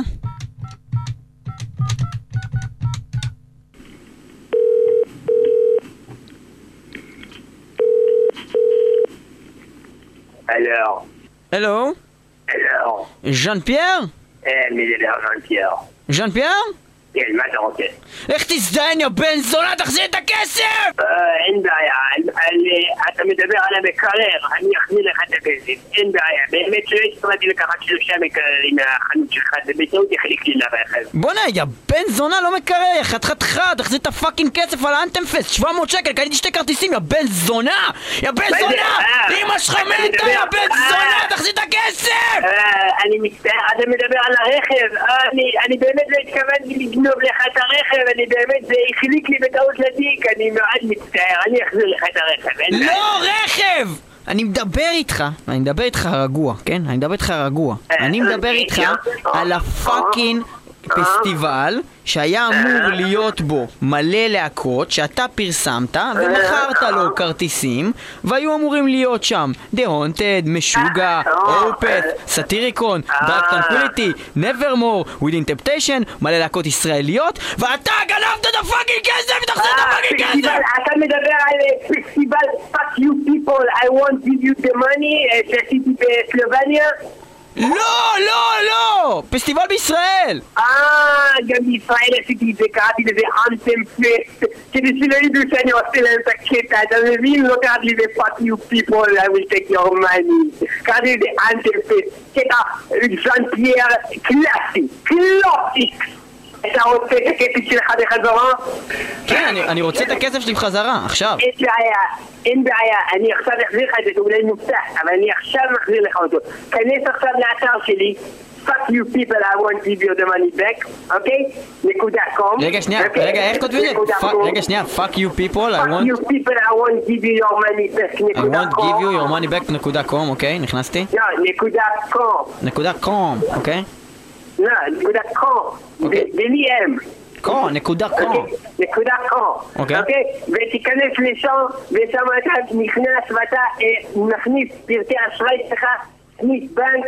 Alors Hello Alors Jean-Pierre Eh, mais il est là, Jean-Pierre. Jean-Pierre כן, מה אתה רוצה? איך תזדיין יא בן זונה, תחזיר את הכסף! אין בעיה, אתה מדבר על המקרר, אני אחזיר לך את הכסף, אין בעיה, באמת שלא הסתרתי לקחת שלושה מקררים מהחנות שלך, זה בטעות יחליק לי לרכב. בוא'נה, יא בן זונה לא מקרר, יא חתיכת חד, תחזיר את הפאקינג כסף על האנטמפסט, שבע מאות שקל, קניתי שתי כרטיסים, יא בן זונה! יא בן זונה! אמא שלך מתה, יא בן זונה, תחזיר את הכסף! אני מצטער, אתה מדבר על הרכב, אני באמת לא התכוונתי לגנוב לך את הרכב, אני באמת, זה החליק לי בטעות לתיק, אני מאוד מצטער, אני אחזיר לך את הרכב. לא, רכב! אני מדבר איתך, אני מדבר איתך רגוע, כן? אני מדבר איתך רגוע. אני מדבר איתך על הפאקינג פסטיבל שהיה אמור להיות בו מלא להקות שאתה פרסמת ומכרת לו כרטיסים והיו אמורים להיות שם The Haunted, משוגע, אופת, סאטיריקון, Dark Tranquility, Nevermore, Within Temptation, מלא להקות ישראליות ואתה גנבת את הפאקינג כסף ותחזיר את הפאקינג כסף! אתה מדבר על פסטיבל Fuck You People, I won't give you the money שעשיתי בסלובניה? לא, לא, לא! פסטיבל בישראל! אה, גם בישראל עשיתי את זה, קראתי לזה אנתם פסט, כדי שלא ידעו שאני עושה להם את הקטע, אתה מבין? לא קראתי לזה fuck you people, I will take your money. קראתי לזה אנתם פסט, קטע ז'אן פייר קלאסי, קלאסיק. אתה רוצה את הכסף שלך בחזרה? כן, אני רוצה את הכסף שלי בחזרה, עכשיו. אין בעיה, אין בעיה, אני עכשיו אחזיר לך את זה, אולי נופתח, אבל אני עכשיו מחזיר לך אותו. כנס עכשיו לאתר שלי, fuck you people, I won't give you the money back, אוקיי? נקודה קום. רגע, שנייה, רגע, איך כותבים את זה? רגע, שנייה, fuck you people, I won't... fuck you people, I won't give you your money back, נקודה קום. I won't give you your money back, נקודה קום, אוקיי? נכנסתי? לא, נקודה קום. נקודה קום, אוקיי? לא, נקודה קום. בלי אם. קום, נקודה קום. נקודה קום. אוקיי? ותיכנס לשם, ושם אתה נכנס ואתה מכניס פרטי אשראי שלך, סניף בנק,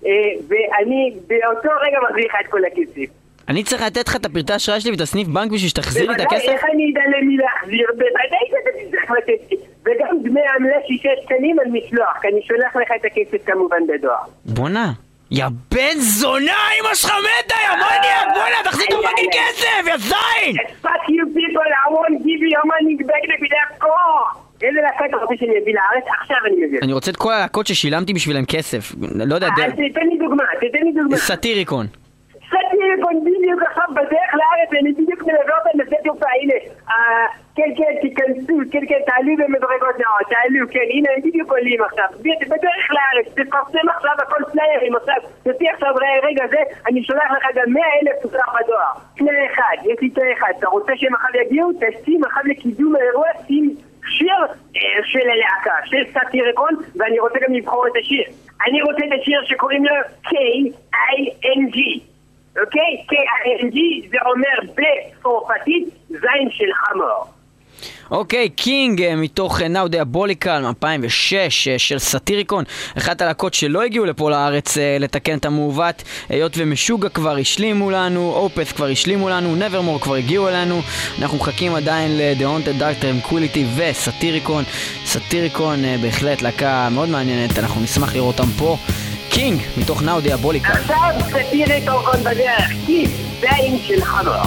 ואני באותו רגע מחזיר לך את כל הכסף. אני צריך לתת לך את הפרטי האשראי שלי ואת הסניף בנק בשביל שתחזיר לי את הכסף? איך אני אדע למי להחזיר? בוודאי שאתה תצטרך לתת לי. וגם דמי עמלה שישה שקלים על משלוח, כי אני שולח לך את הכסף כמובן בדואר. בונה. יא בן זונה, אמא שלך מתה, יא מניאק, בוא'נה, תחזיר את הפאקינג כסף, יא זין! fuck you people, I won't give you your money back נקודה קום! איזה להקות אתה רוצה שאני אביא לארץ? עכשיו אני מבין. אני רוצה את כל הלהקות ששילמתי בשבילם כסף, לא יודע... אז תתן לי דוגמה, תתן לי דוגמה. סאטיריקון. סאטיריקון בדיוק עכשיו בדרך לארץ, אני בדיוק מלווה אותם לשאת יופה, הנה. כן, כן, תיכנסו, כן, כן, תעלו במדרגות נאות, תעלו, כן, הנה, הם בדיוק עולים עכשיו. בדרך לארץ, תפרסם עכשיו הכל פליירים, עכשיו, תוציא עכשיו רגע זה, אני שולח לך גם מאה אלף תוצאה בדואר. תנאי אחד, יש לי תנאי אחד, אתה רוצה שהם אחר יגיעו? תשים אחר לקידום האירוע, שים שיר של הלהקה, של סאטיריקון, ואני רוצה גם לבחור את השיר. אני רוצה את השיר שקוראים לו קיי איי אן ג'י. אוקיי? קיי איי אן ג'י זה אומר בצרפתית זין של חמור. אוקיי, קינג מתוך Now Diabolical מ-אלפיים ושש של סאטיריקון, אחת הלהקות שלא הגיעו לפה לארץ לתקן את המעוות, היות ומשוגע כבר השלימו לנו, אופת כבר השלימו לנו, Nevermore כבר הגיעו אלינו, אנחנו מחכים עדיין ל-The Haunted, Dark Tranquility וסאטיריקון. סאטיריקון בהחלט להקה מאוד מעניינת, אנחנו נשמח לראות אותם פה. קינג מתוך Now Diabolical. עכשיו סאטיריקון בדרך, קינג זין של חמור.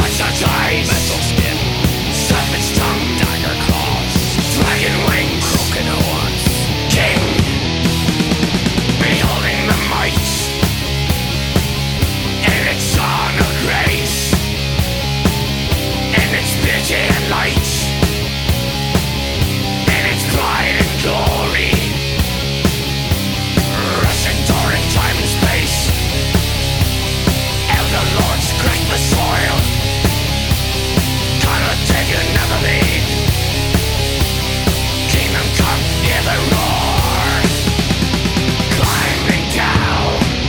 Serpent's tongue, dagger claws, dragon wings, broken horns, king, beholding the might, in its song of grace, in its beauty and light, in its pride and glory, rushing during time and space, elder lords crack the soil, take you never leave. Kingdom come, hear the roar, climbing down.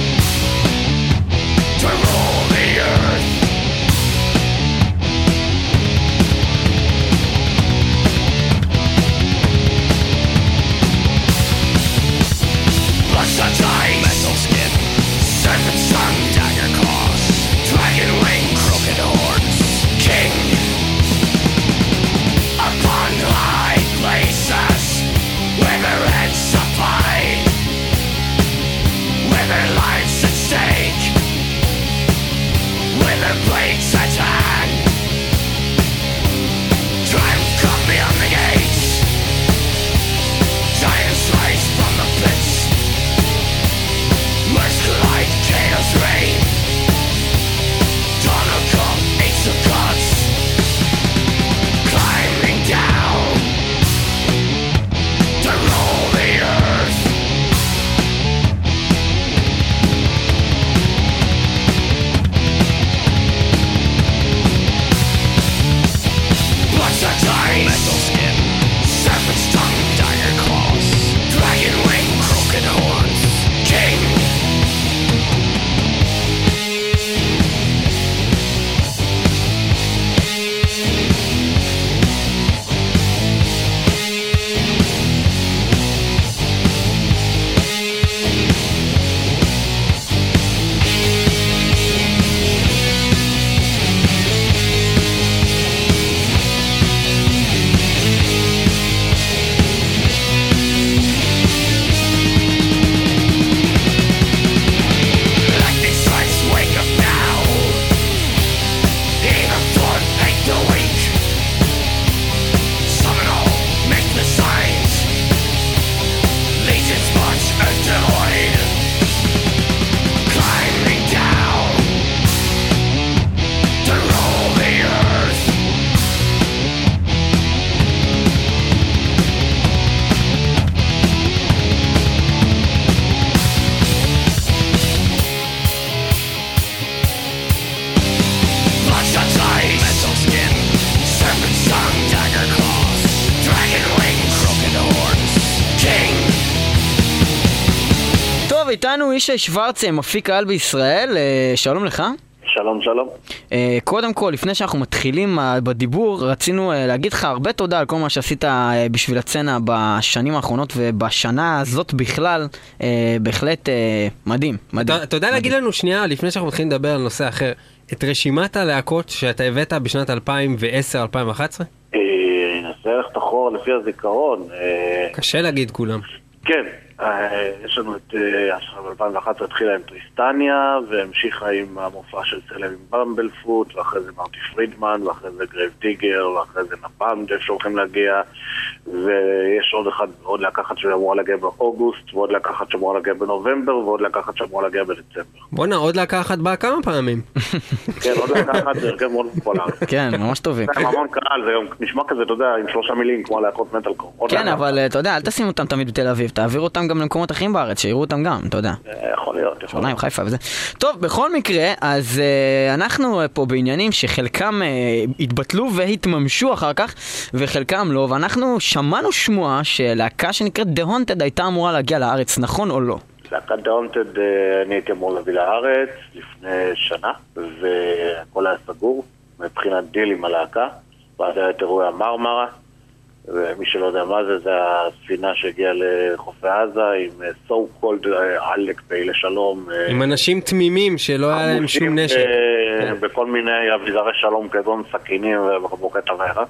איתנו ישי שוורץ, מפיק העל בישראל, שלום לך. שלום, שלום. קודם כל, לפני שאנחנו מתחילים בדיבור, רצינו להגיד לך הרבה תודה על כל מה שעשית בשביל הצנה בשנים האחרונות ובשנה הזאת בכלל, בהחלט מדהים, מדהים. אתה יודע להגיד לנו שנייה, לפני שאנחנו מתחילים לדבר על נושא אחר, את רשימת הלהקות שאתה הבאת בשנת אלפיים ועשר אלפיים ואחת עשרה? ננסה לך תחור לפי הזיכרון. קשה להגיד כולם. כן, יש לנו את אלפיים ואחת עשרה התחילה עם טריסטניה, והמשיכה עם המופע של צלם עם במבלפוט, ואחרי זה מרטי פרידמן, ואחרי זה גרייב דיגר, ואחרי זה נפאם שהולכים להגיע, ויש עוד אחד, עוד להקחת שאמורה להגיע באוגוסט, ועוד להקחת שאמורה להגיע בנובמבר, ועוד להקחת שאמורה להגיע בדצמבר. בוא'נה, עוד להקחת באה כמה פעמים. כן, עוד להקחת זה הרכב מאוד פופולרי. כן, ממש טובים. זה המון קהל, זה גם נשמע כזה, אתה יודע, עם שלושה מילים, כמו להקות מטאלקור. כן, אבל אתה יודע, אל תשים אותם תמיד בתל אביב, תעביר אותם גם למקומות אחרים בארץ, שיראו אותם גם, אתה יודע. יכול להיות, יכול להיות. חיפה וזה. טוב, בכל מקרה, אז uh, אנחנו פה בעניינים שחלקם uh, התבטלו והתממשו אחר כך, וחלקם לא, ואנחנו שמענו שמועה שלהקה שנקראת The Haunted הייתה אמורה להגיע לארץ, נכון או לא? להקת The Haunted אני הייתי אמור להביא לארץ לפני שנה, והכל היה סגור, מבחינת דיל עם הלהקה, ועד היה את אירועי המרמרה, ומי שלא יודע מה זה, זה הספינה שהגיעה לחופי עזה עם so called עלק פעילי שלום. עם אנשים תמימים שלא היה להם שום נשק. בכל מיני אביזרי שלום כגון סכינים ובקבוקי תבערה.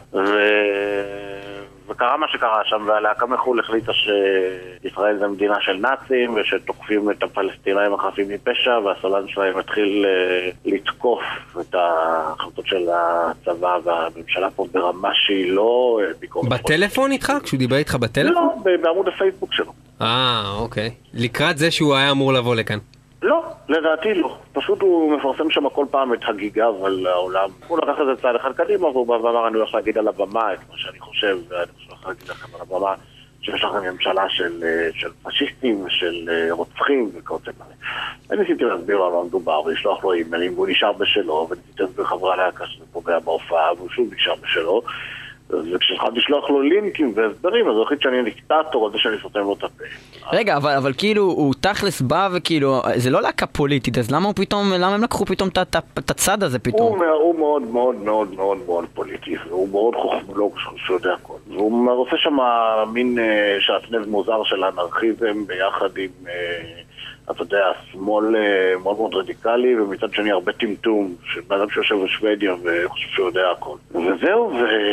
וקרה מה שקרה שם, והלהקה מחו"ל החליטה שישראל זה מדינה של נאצים ושתוקפים את הפלסטינאים החפים מפשע, והסולן שלהם התחיל לתקוף את ההחלטות של הצבא והממשלה פה ברמה שהיא לא ביקורת. בטלפון איתך? כשהוא דיבר איתך בטלפון? לא, בעמוד הפייסבוק שלו. אה, אוקיי. לקראת זה שהוא היה אמור לבוא לכאן. לא, לדעתי לא. פשוט הוא מפרסם שם כל פעם את הגיגיו על העולם. הוא לקח את זה צעד אחד קדימה, והוא ואמר, אני הולך להגיד על הבמה את מה שאני חושב, ואני הולך להגיד לכם על הבמה שיש לכם ממשלה של, של פשיסטים ושל רוצחים וכאוצה מלא. אני ניסיתי להסביר לו על מה מדובר, ולשלוח לו אימיילים, והוא נשאר בשלו, וניסיתי להסביר חברי הלהקה שזה פוגע בהופעה, והוא שוב נשאר בשלו. וכשאחד לשלוח לו לינקים והסברים, אז הוא החליט שאני דיקטטור, על זה שאני סותם לו את הפה. רגע, אבל, אבל כאילו, הוא תכלס בא וכאילו, זה לא להקה פוליטית, אז למה הוא פתאום, למה הם לקחו פתאום את הצד הזה פתאום? הוא, הוא מאוד מאוד מאוד מאוד מאוד פוליטי, והוא מאוד חוכמולוג שיודע הכל. והוא עושה שם מין שעטנז מוזר של אנרכיזם ביחד עם... אתה יודע, שמאל מאוד מאוד רדיקלי, ומצד שני הרבה טמטום, שבאדם שיושב בשוודיה וחושב שהוא יודע הכל. וזהו,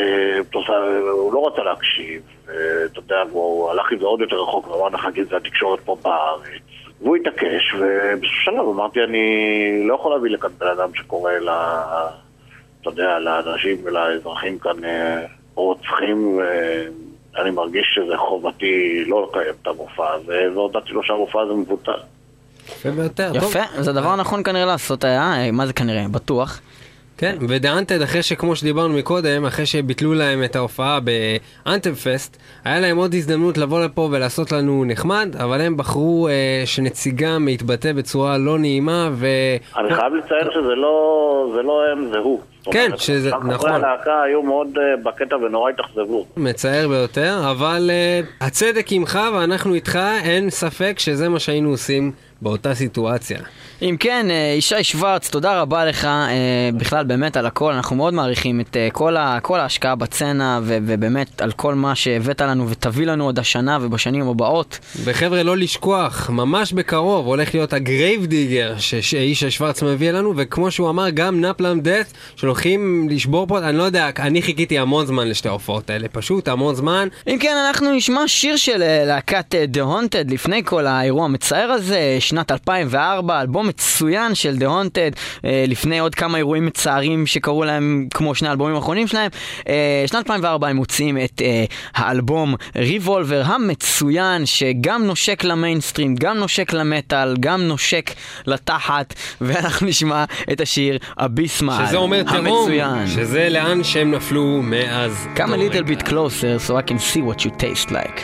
והוא לא רצה להקשיב, ואתה יודע, הוא הלך עם זה עוד יותר רחוק, ואמר נחגיד זה התקשורת פה בארץ. והוא התעקש, ובשלב אמרתי, אני לא יכול להביא לכאן בן אדם שקורא ל... אתה יודע, לאנשים ולאזרחים כאן רוצחים, ואני מרגיש שזה חובתי לא לקיים את המופע הזה, והודעתי לו שהמופע הזה מבוטל. יפה ביותר. יפה, זה הדבר נכון כנראה לעשות, היה, מה זה כנראה? בטוח. כן, ודאנטד, אחרי שכמו שדיברנו מקודם, אחרי שביטלו להם את ההופעה באנטם פסט, היה להם עוד הזדמנות לבוא לפה ולעשות לנו נחמד, אבל הם בחרו אה, שנציגם להתבטא בצורה לא נעימה, ו... אני חייב לציין שזה לא, זה לא הם, זה הוא. כן, שזה נכון. חברי הלהקה היו מאוד uh, בקטע ונורא התאכזבו. מצער ביותר, אבל uh, הצדק עמך ואנחנו איתך, אין ספק שזה מה שהיינו עושים באותה סיטואציה. אם כן, ישי שוורץ, תודה רבה לך בכלל באמת על הכל, אנחנו מאוד מעריכים את כל, ה, כל ההשקעה בצנה ו, ובאמת על כל מה שהבאת לנו ותביא לנו עוד השנה ובשנים הבאות. וחבר'ה לא לשכוח, ממש בקרוב הולך להיות הגרייב דיגר שישי שוורץ מביא לנו, וכמו שהוא אמר גם נפלם דאט שהולכים לשבור פה, אני לא יודע, אני חיכיתי המון זמן לשתי ההופעות האלה, פשוט המון זמן. אם כן, אנחנו נשמע שיר של להקת The Haunted לפני כל האירוע המצער הזה, שנת אלפיים וארבע, אלבום מצוין של The Haunted, לפני עוד כמה אירועים מצערים שקראו להם כמו שני האלבומים האחרונים שלהם. שנת אלפיים וארבע הם מוצאים את האלבום Revolver המצוין, שגם נושק למיינסטרים, גם נושק למטל, גם נושק לתחת, ואנחנו נשמע את השיר אביסמל, שזה אומר תרום, שזה לאן שהם נפלו מאז. Come a little bit closer so I can see what you taste like.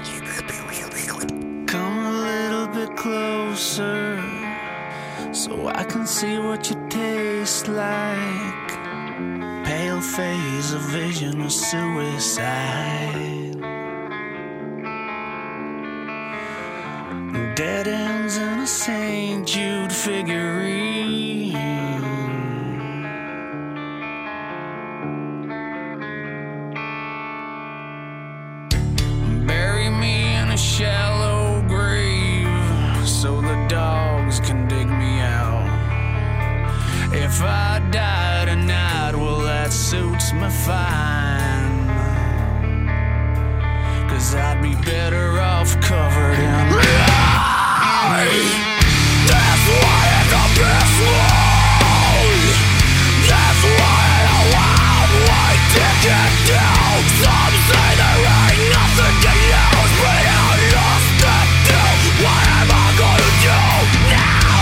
Come a little bit closer so I can see what you taste like. Pale phase of vision of suicide. Dead ends in a suits me fine, 'cause I'd be better off covered in lies. That's why it's the best one. That's why the wild white ticket down. Some say there ain't nothing to use, but I'm lost to do. What am I gonna do now?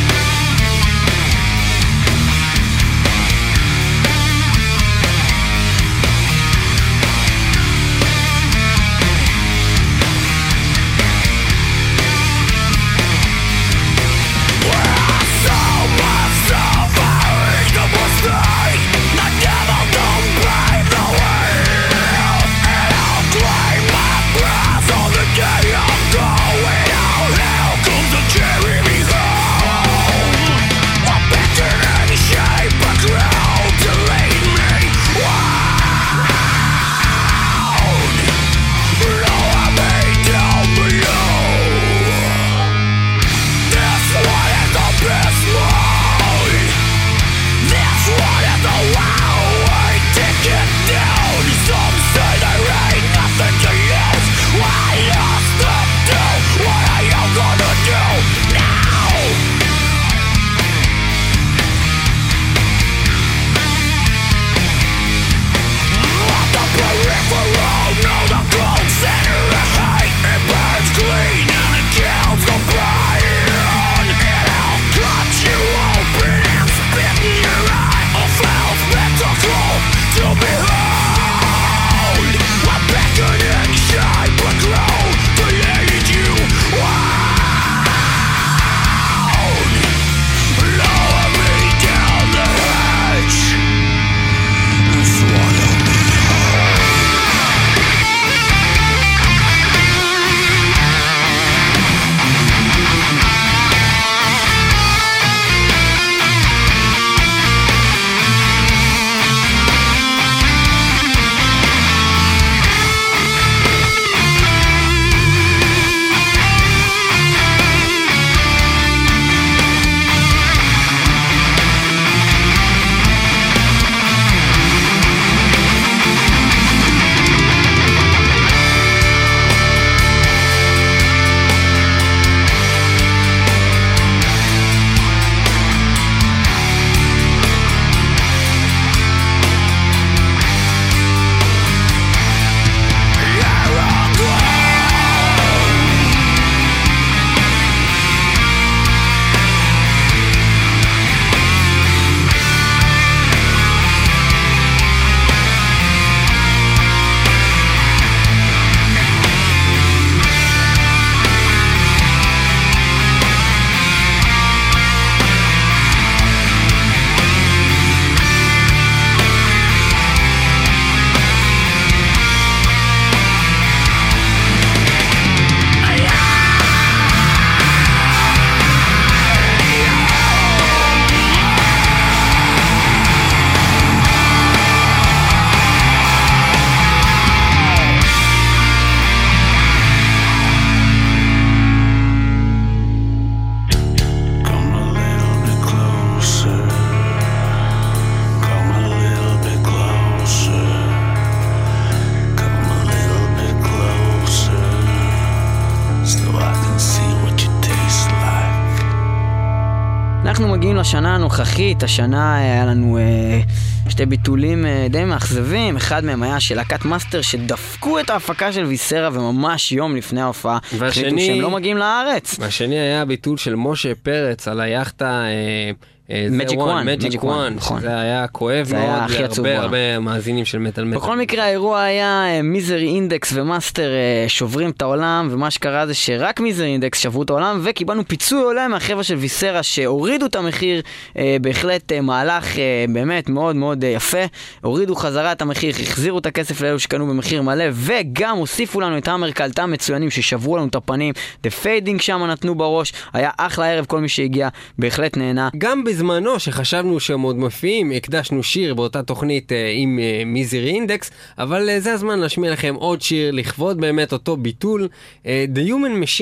אנחנו מגיעים לשנה הנוכחית. השנה היה לנו אה, שתי ביטולים אה, די מאכזבים. אחד מהם היה של להקת מאסטר שדפקו את ההפקה של ויסרה וממש יום לפני ההופעה החליטו שהם לא מגיעים לארץ. והשני היה ביטול של משה פרץ על היאכטה אה, מג'יק וואן, מג'יק וואן, שזה היה כואב מאוד להרבה הרבה מאזינים של מטל מטל. בכל מקרה האירוע היה מיזרי אינדקס ומאסטר שוברים את העולם, ומה שקרה זה שרק מיזרי אינדקס שברו את העולם, וקיבלנו פיצוי עולם מהחבר'ה של ויסרה שהורידו את המחיר, בהחלט מהלך באמת מאוד מאוד יפה, הורידו חזרה את המחיר, החזירו את הכסף לאלו שקנו במחיר מלא, וגם הוסיפו לנו את האמר קלטה מצוינים ששברו לנו את הפנים, The Fading שם נתנו בראש, היה אחלה ערב, כל מי שהגיע בהחלט נהנה. גם בזמנו שחשבנו שהם עוד מופיעים, הקדשנו שיר באותה תוכנית אה, עם אה, מיזרי אינדקס, אבל אה, זה הזמן להשמיע לכם עוד שיר לכבוד באמת אותו ביטול, אה, The Human Machine.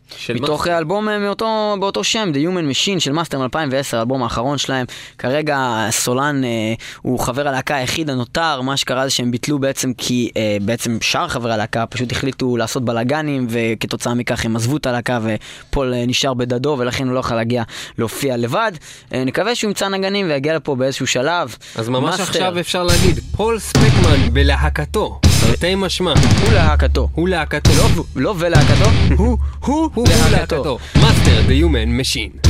מתוך אלבום מאותו, באותו שם, The Human Machine של מאסטר מ-אלפיים ועשר, האלבום האחרון שלהם. כרגע סולן אה, הוא חבר הלהקה היחיד הנותר. מה שקרה זה שהם ביטלו בעצם כי אה, בעצם שאר חברי הלהקה פשוט החליטו לעשות בלגנים, וכתוצאה מכך הם עזבו את הלהקה ופול אה, נשאר בדדו, ולכן הוא לא יכול להגיע להופיע לבד. אה, נקווה שהוא ימצא נגנים ויגיע לפה באיזשהו שלב. אז ממש מאסטר. עכשיו אפשר להגיד, פול ספקמן בלהקתו, תרתי משמע. הוא להקתו. הוא להקתו. לא, לא ולהקתו, הוא, הוא, הוא להקתו. מאסטר, The Human Machine.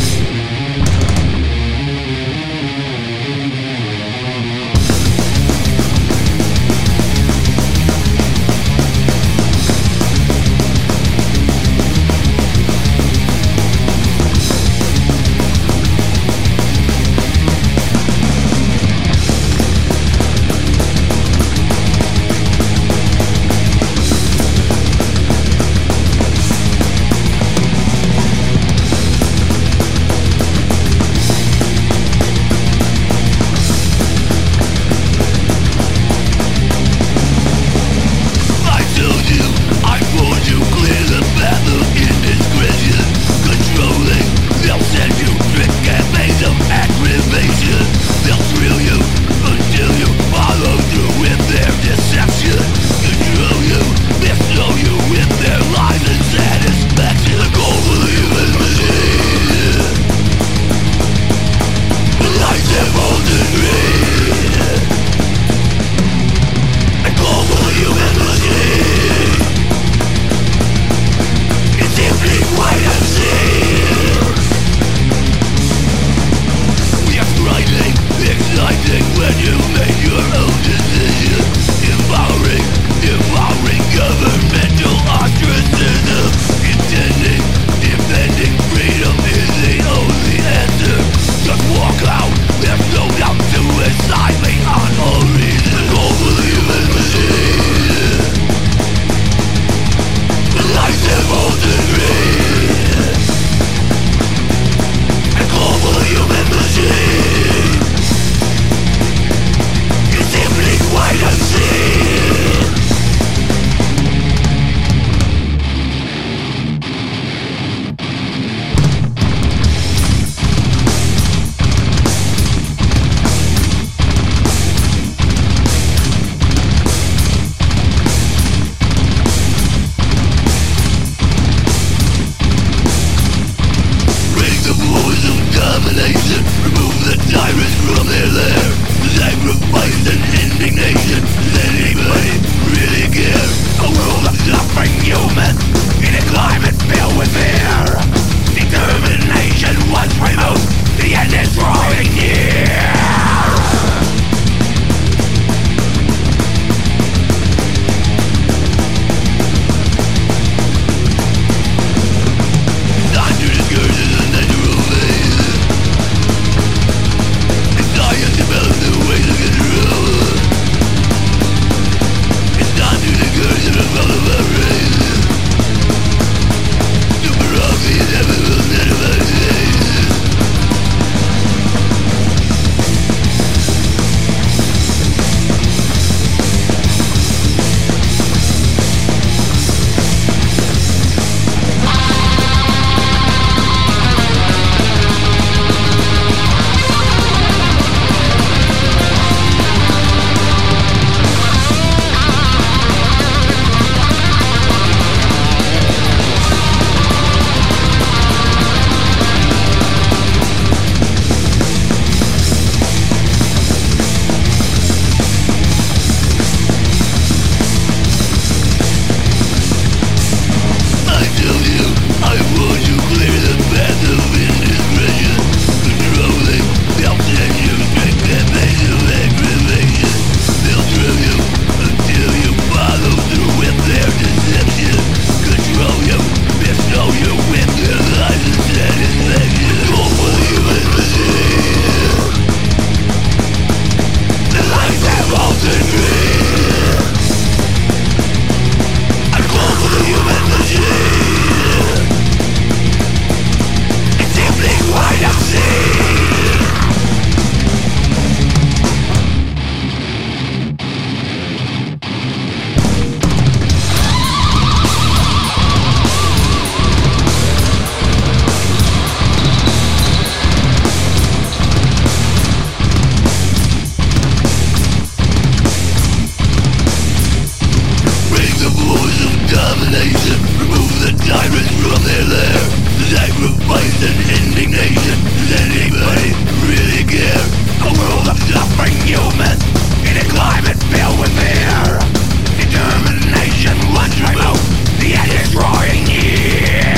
and indignation. Does anybody really care? A world of suffering humans in a climate filled with fear. Determination once removed, the end is drawing near.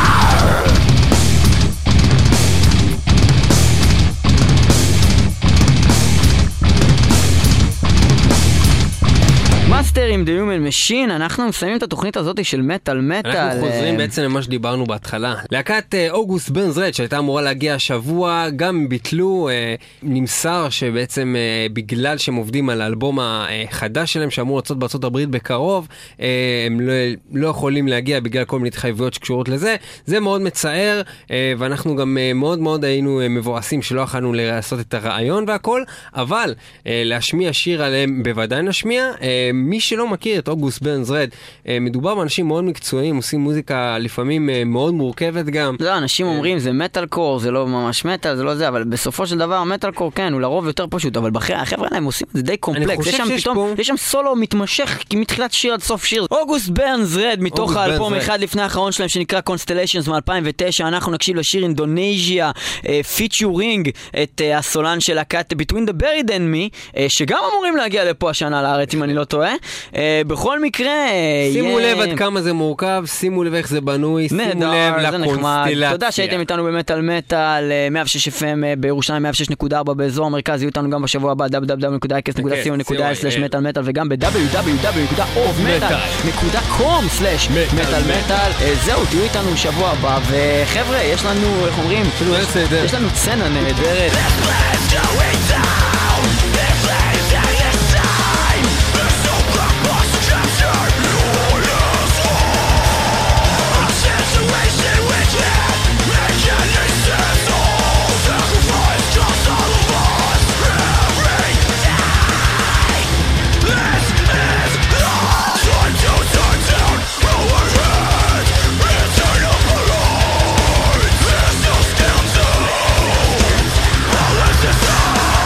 מאסטר עם The Human Machine. אנחנו מסיימים את התוכנית הזאת של מטל מטל. אנחנו חוזרים בעצם למה שדיברנו בהתחלה. להקת אוגוסט ברנס רד שהייתה אמורה להגיע השבוע, גם ביטלו, נמסר שבעצם בגלל שהם עובדים על האלבום החדש שלהם שאמור לצאת בארצות הברית בקרוב, הם לא, לא יכולים להגיע בגלל כל מיני התחייבויות שקשורות לזה. זה מאוד מצער, ואנחנו גם מאוד מאוד היינו מבואסים שלא יכולנו לעשות את הרעיון והכל, אבל להשמיע שיר עליהם בוודאי נשמיע. מי שלא מכיר את אוגוסט ברנס רד, מדובר באנשים מאוד מקצועיים, עושים מוזיקה לפעמים מאוד מורכבת גם. לא, אנשים אומרים זה מטל קור, זה לא ממש מטל, זה לא זה, אבל בסופו של דבר מטל קור כן, הוא לרוב יותר פשוט, אבל החבר'ה הם עושים את זה די קומפלקס. יש שם פתאום, יש שם סולו מתמשך מתחילת שיר עד סוף שיר. אוגוסט ברנס רד מתוך האלבום אחד לפני האחרון שלהם שנקרא Constellations מ-אלפיים ותשע. אנחנו נקשיב לשיר אינדונזיה, פיצ'ורינג את הסולן של להקת Between the Buried and Me, שגם אמורים להגיע לפה השנה לארץ אם אני לא טועה. בכל מקרה, שימו לב עד כמה זה מורכב, שימו לב איך זה בנוי, שימו לב לקונסטלציה. תודה שהייתם איתנו במטל מטל, מאה ושש אף אם בירושלים, מאה ושש נקודה ארבע באזור המרכז. יהיו איתנו גם בשבוע הבא דאבליו דאבליו דאבליו נקודה איי קס נקודה סי או נקודה איי סלש מטל מטל, וגם ב-דאבליו דאבליו דאבליו נקודה אוף מטל נקודה קום סלש מטל מטל. זהו, תהיו איתנו בשבוע הבא, וחבר'ה, יש לנו, איך אומרים, יש לנו צנה נהדרת. This is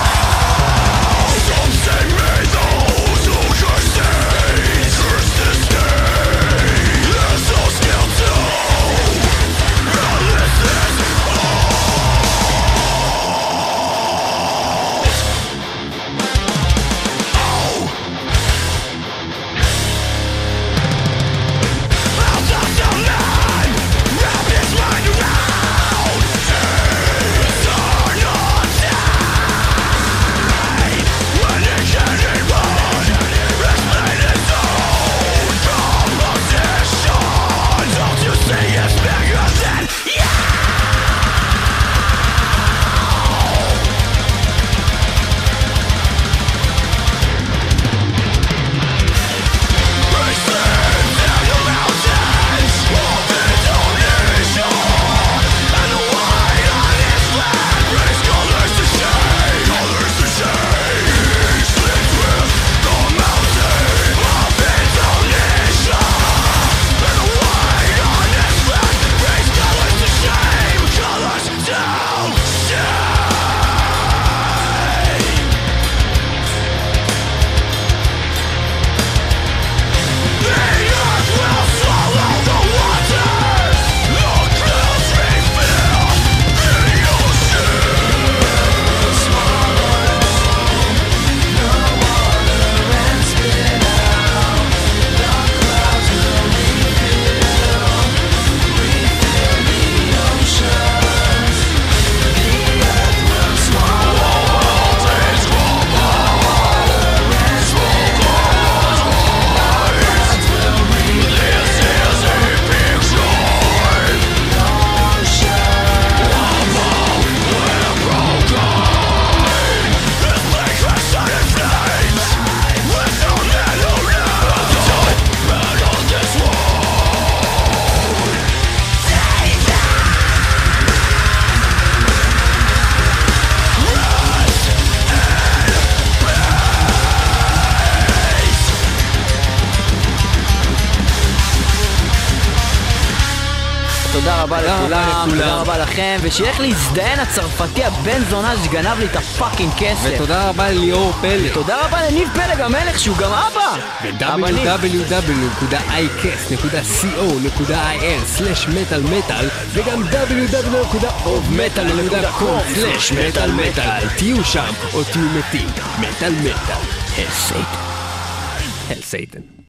תודה רבה לכולם, תודה רבה לכם, ושילך להזדהן הצרפתי הבן זונה שגנב לי את הפאקינג כסף. ותודה רבה לליאור פלג. תודה רבה לניב פלג המלך שהוא גם אבא. ב-דאבליו דאבליו דאבליו נקודה איי קאסט נקודה סי או נקודה איי אר סלש מטל מטל וגם דאבליו דאבליו דאבליו נקודה אוף מטל נקודה קום סלש מטל מטל. תהיו שם או תהיו מתים. מטל מטל. הל סייטן. הל סייטן.